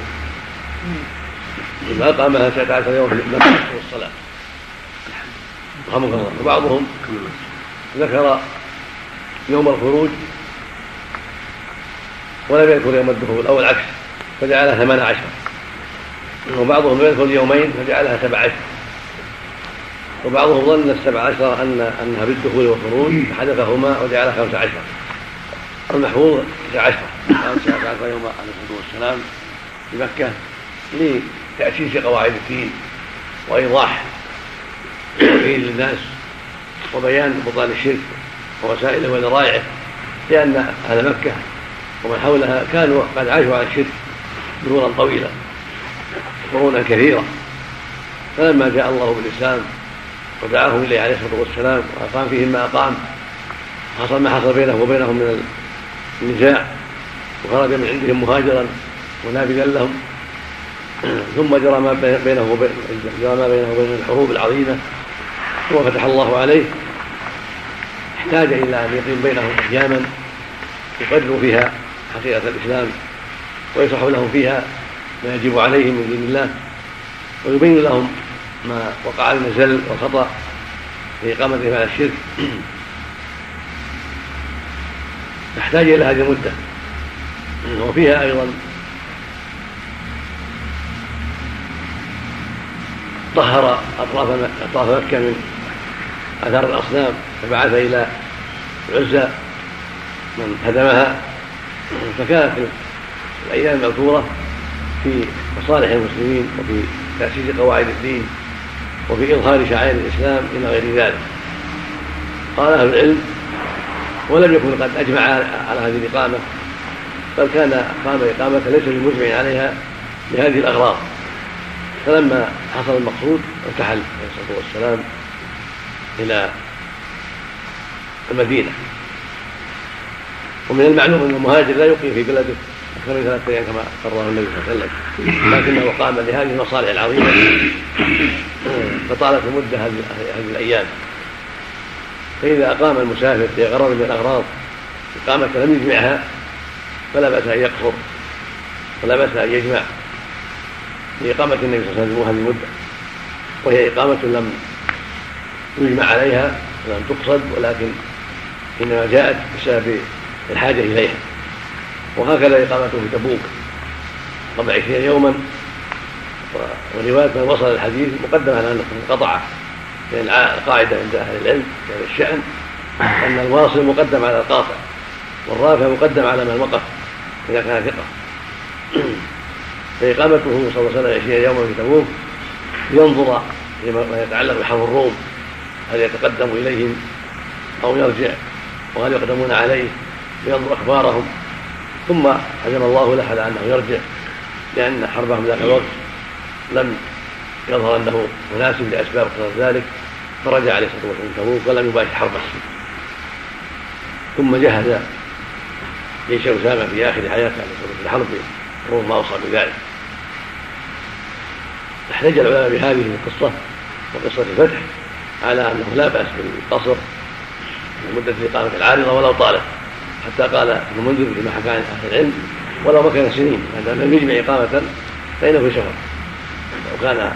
لما قامها تسعة عشر يوم في المسجد والصلاة رحمه الله. وبعضهم ذكر يوم الخروج ولم يذكر يوم الدخول أو العكس فجعلها ثمان عشر، وبعضهم يذكر يومين فجعلها سبع عشر. وبعضهم ظن السبع عشر أن أنها بالدخول والخروج فحذفهما وجعلها خمس عشر. المحفوظ تسع عشر قال تسع عشر يوم عليه الصلاة والسلام في مكة لتأسيس قواعد الدين وإيضاح الدين للناس وبيان بطلان الشرك ووسائله وذرائعه، لأن أهل مكة ومن حولها كانوا قد عاشوا على الشرك قرونا طويلة قرونا كثيرة، فلما جاء الله بالإسلام ودعاهم إليه عليه الصلاة والسلام وأقام فيهم ما أقام حصل ما حصل بينه وبينهم من النزاع وخرج من عندهم مهاجرا ونابذا لهم، ثم جرى ما بينه وبين جرى ما بينه وبين الحروب العظيمة، ثم فتح الله عليه احتاج إلى أن يقيم بينهم أياما يقرروا فيها حقيقة الإسلام ويشرح لهم فيها ما يجب عليهم من دين الله ويبين لهم ما وقع من الزلل والخطأ في إقامتهم على الشرك، تحتاج إلى هذه المدة. وفيها أيضا طهر أطراف مكة من آثار الأصنام فبعث إلى عزى من هدمها، فكانت الأيام المذكورة في مصالح المسلمين وفي تأسيس قواعد الدين وفي إظهار شعائر الإسلام إلى غير ذلك. قال أهل العلم ولم يكن قد أجمع على هذه الإقامة، بل كان قام إقامة ليس بمجمع عليها لهذه الأغراض، فلما حصل المقصود ارتحل عليه الصلاة والسلام إلى المدينة. ومن المعلوم أن المهاجر لا يقيم في بلده أكثر من ثلاثة أيام كما قرره النبي صلى الله عليه وسلم، لكنه قام لهذه المصالح العظيمة فطالت المدة هذه الأيام. فإذا أقام المسافر في غرض من الأغراض إقامة لم يجمعها فلا بأس أن يقصر ولا بأس أن يجمع لإقامة النبي صلى الله عليه وسلم هذه المدة، وهي إقامة لم يجمع عليها ولم تقصد، ولكن إنما جاءت بسبب الحاجة إليها. وهكذا إقامته في تبوك قبل عشرين يوما، ورواية من وصل الحديث مقدمة على أنه انقطع، لأن القاعدة عند أهل العلم في هذا الشأن أن الواصل مقدم على القاطع والرافع مقدم على من وقف إذا كان ثقة. فإقامته صلى الله عليه وسلم عشرين يوما في تبوك ينظر لما يتعلق بحرب الروم، هل يتقدم إليهم أو يرجع، وهل يقدمون عليه لينظر أخبارهم، ثم عزم الله له على أنه يرجع لأن حربهم ذاك الوقت لم يظهر أنه مناسب لأسباب قدر ذلك، فرجع عليه الصلاة والسلام تبوك ولم يباشر حربه. ثم جهز جيش أسامة في آخر حياته عليه الصلاة والسلام حرب الروم ما أصاب بذلك. احتج العلماء بهذه القصة وقصة الفتح على أنه لا بأس بالقصر من مدة الإقامة العارضة ولو طالت، حتى قال ابن منذر فيما حكى عن أهل العلم ولو مكن سنين، ما دام لم يجمع إقامة فإنه في سفر. لو كان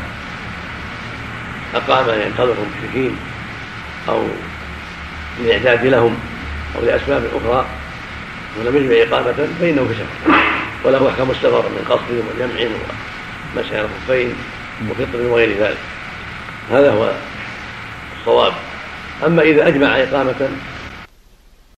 أقام ينتظر المشركين أو للإعداد لهم أو لأسباب أخرى ولم يجمع إقامة فإنه في سفر، وله أحكام السفر من قصد وجمع ومسح الخفين وفطر وغير ذلك. هذا هو الصواب. أما إذا أجمع إقامة